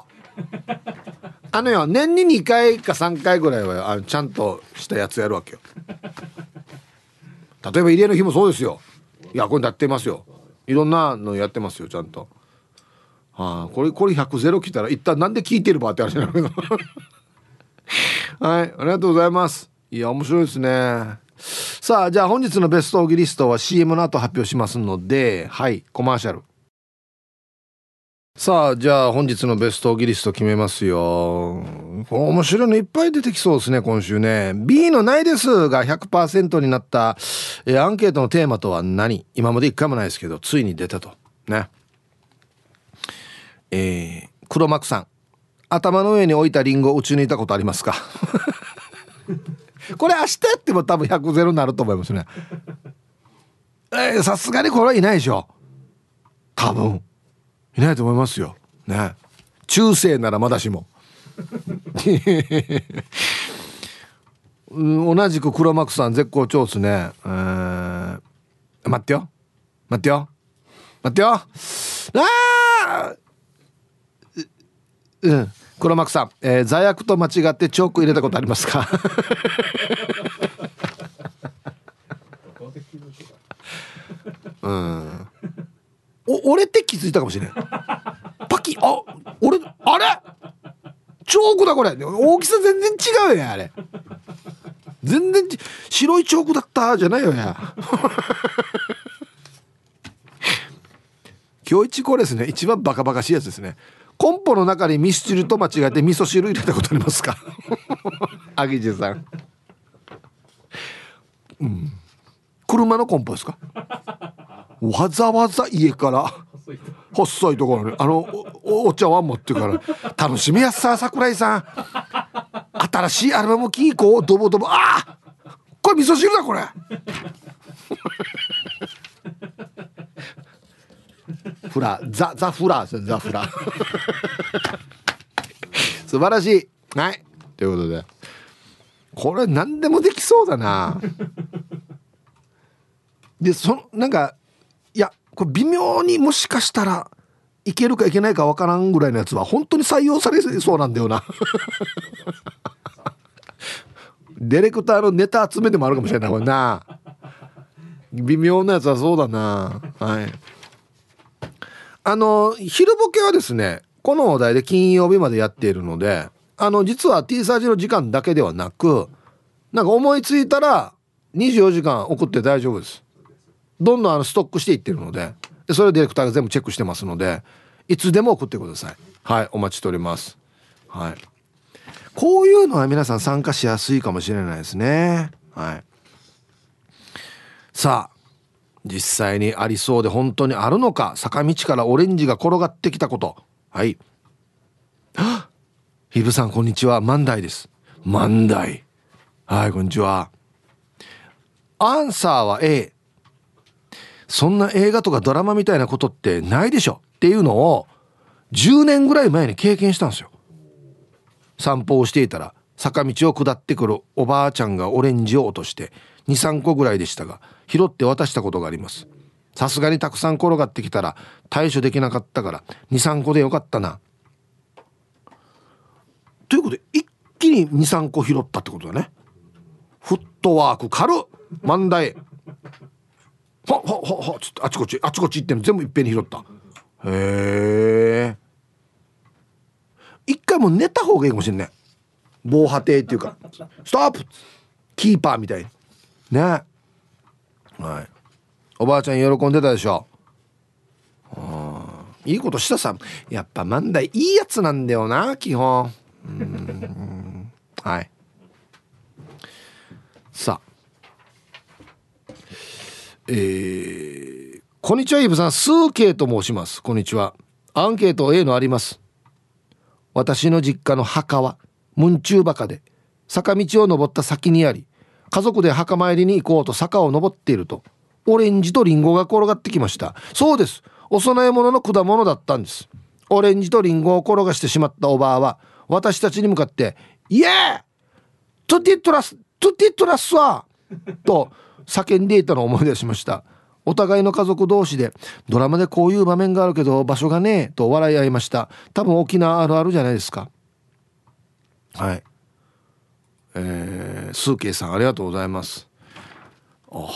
年に2回か3回ぐらいはちゃんとしたやつやるわけよ。例えば入れの日もそうですよ。役に立ってますよ。いろんなのやってますよちゃんと。これ100ゼロ来たら一旦なんで聞いてるばって話になるけど。はい、ありがとうございます。いや面白いですね。さあじゃあ本日のベストオギリストは CM の後発表しますので、はいコマーシャル。さあじゃあ本日のベストオギリスト決めますよ。面白いのいっぱい出てきそうですね今週ね。 B のないですが 100% になった、アンケートのテーマとは何？今まで一回もないですけどついに出たとね。黒幕さん、頭の上に置いたリンゴを打ち抜いたことありますか？これ明日やっても多分100ゼロになると思いますね。さすがにこれはいないでしょ多分。いないと思いますよね。中世ならまだしも。同じく黒幕さん絶好調ですね。待ってよ黒幕さん、座薬と間違ってチョーク入れたことありますか？俺って気づいたかもしれん。パキ俺あれチョークだこれ。大きさ全然違うやあれ。全然白いチョークだったじゃないよや。今日一これですね、一番バカバカしいやつですね。コンポの中にミスチルと間違えて味噌汁入れたことありますか？アギジェさん。車のコンポですか？わざわざ家から細いところにお茶碗持ってから楽しみやすさ。桜井さん新しいアルバムキーコドボドボ。これ味噌汁だこれ。フラザフラーですね。ザフラ素晴らしい。はいということでこれ何でもできそうだな。でなんかいやこれ微妙にもしかしたらいけるかいけないかわからんぐらいのやつは本当に採用されそうなんだよな。ディレクターのネタ集めでもあるかもしれないこれな。微妙なやつはそうだな。はい。昼ボケはですねこのお題で金曜日までやっているので、実は T サージの時間だけではなく、なんか思いついたら24時間送って大丈夫です。どんどんストックしていってるので、それをディレクターが全部チェックしてますので、いつでも送ってください。はい、お待ちしております。はい、こういうのは皆さん参加しやすいかもしれないですね。はい。さあ実際にありそうで本当にあるのか、坂道からオレンジが転がってきたこと。はい。ヒブさんこんにちは、万代です。万代、はいこんにちは。アンサーは A。 そんな映画とかドラマみたいなことってないでしょっていうのを10年ぐらい前に経験したんですよ。散歩をしていたら坂道を下ってくるおばあちゃんがオレンジを落として 2,3 個ぐらいでしたが拾って渡したことがあります。さすがにたくさん転がってきたら対処できなかったから 2,3 個でよかったなということで一気に 2,3 個拾ったってことだね。フットワーク軽っ万代。 はつってあちこち行ってんの全部いっぺんに拾った。へえ。一回もう寝た方がいいかもしれない。防波堤っていうかストップキーパーみたいね。はい。おばあちゃん喜んでたでしょ。いいことしたさ。やっぱ万代いいやつなんだよな基本。はい。さあこんにちはイブさん、スーケイと申します。こんにちは。アンケート A のあります。私の実家の墓は文中バカで坂道を登った先にあり、家族で墓参りに行こうと坂を登っているとオレンジとリンゴが転がってきました。そうです、お供え物の果物だったんです。オレンジとリンゴを転がしてしまったおばあは私たちに向かってイエートゥティトラスワと叫んでいたのを思い出しました。お互いの家族同士でドラマでこういう場面があるけど場所がねえと笑い合いました。多分沖縄あるあるじゃないですか。はい。スーケイさんありがとうございます。お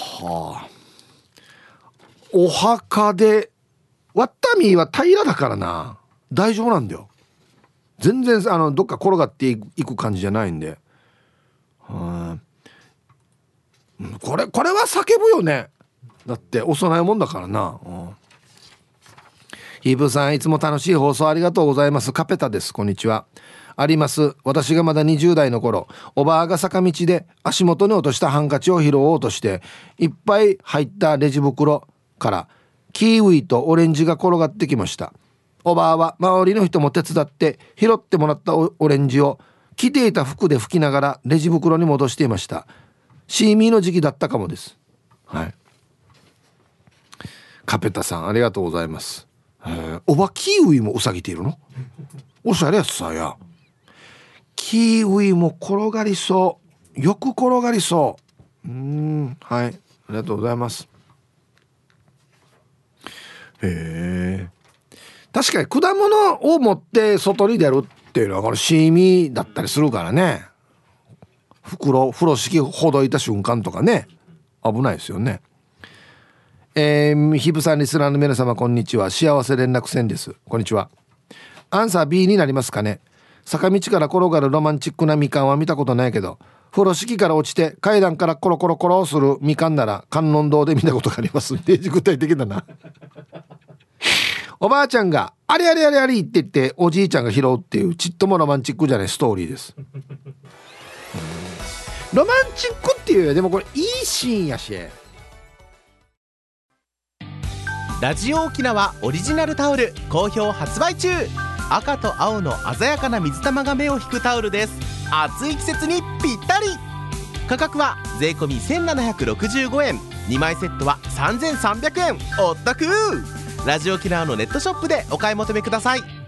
墓でワッタミーは平らだからな大丈夫なんだよ。全然どっか転がっていく感じじゃないんで。これは叫ぶよね。だってお供え物だからな。ヒープさんいつも楽しい放送ありがとうございます。カペタです。こんにちは。あります。私がまだ20代の頃、おばあが坂道で足元に落としたハンカチを拾おうとしていっぱい入ったレジ袋からキウイとオレンジが転がってきました。おばあは周りの人も手伝って拾ってもらったオレンジを着ていた服で拭きながらレジ袋に戻していました。シーミーの時期だったかもです。はい。カペタさんありがとうございます。おばキウイもうさぎているのおしゃれやつさや。キウイも転がりそう、よく転がりそう。はい、ありがとうございます。確かに果物を持って外に出るっていうのはこれシーミーだったりするからね。風呂敷ほどいた瞬間とかね危ないですよね。ヒブさんリスナーの皆様こんにちは。幸せ連絡船です。こんにちは。アンサー B になりますかね。坂道から転がるロマンチックなみかんは見たことないけど、風呂敷から落ちて階段からコロコロコロするみかんなら観音堂で見たことがあります。具体的だな。おばあちゃんがありありありありって言っておじいちゃんが拾うっていうちっともロマンチックじゃないストーリーです。ロマンチックっていうよりでもこれいいシーンやし。 ラジオ沖縄オリジナルタオル好評発売中。赤と青の鮮やかな水玉が目を引くタオルです。暑い季節にぴったり。価格は税込み1765円、2枚セットは3300円。お得。ラジオ沖縄のネットショップでお買い求めください。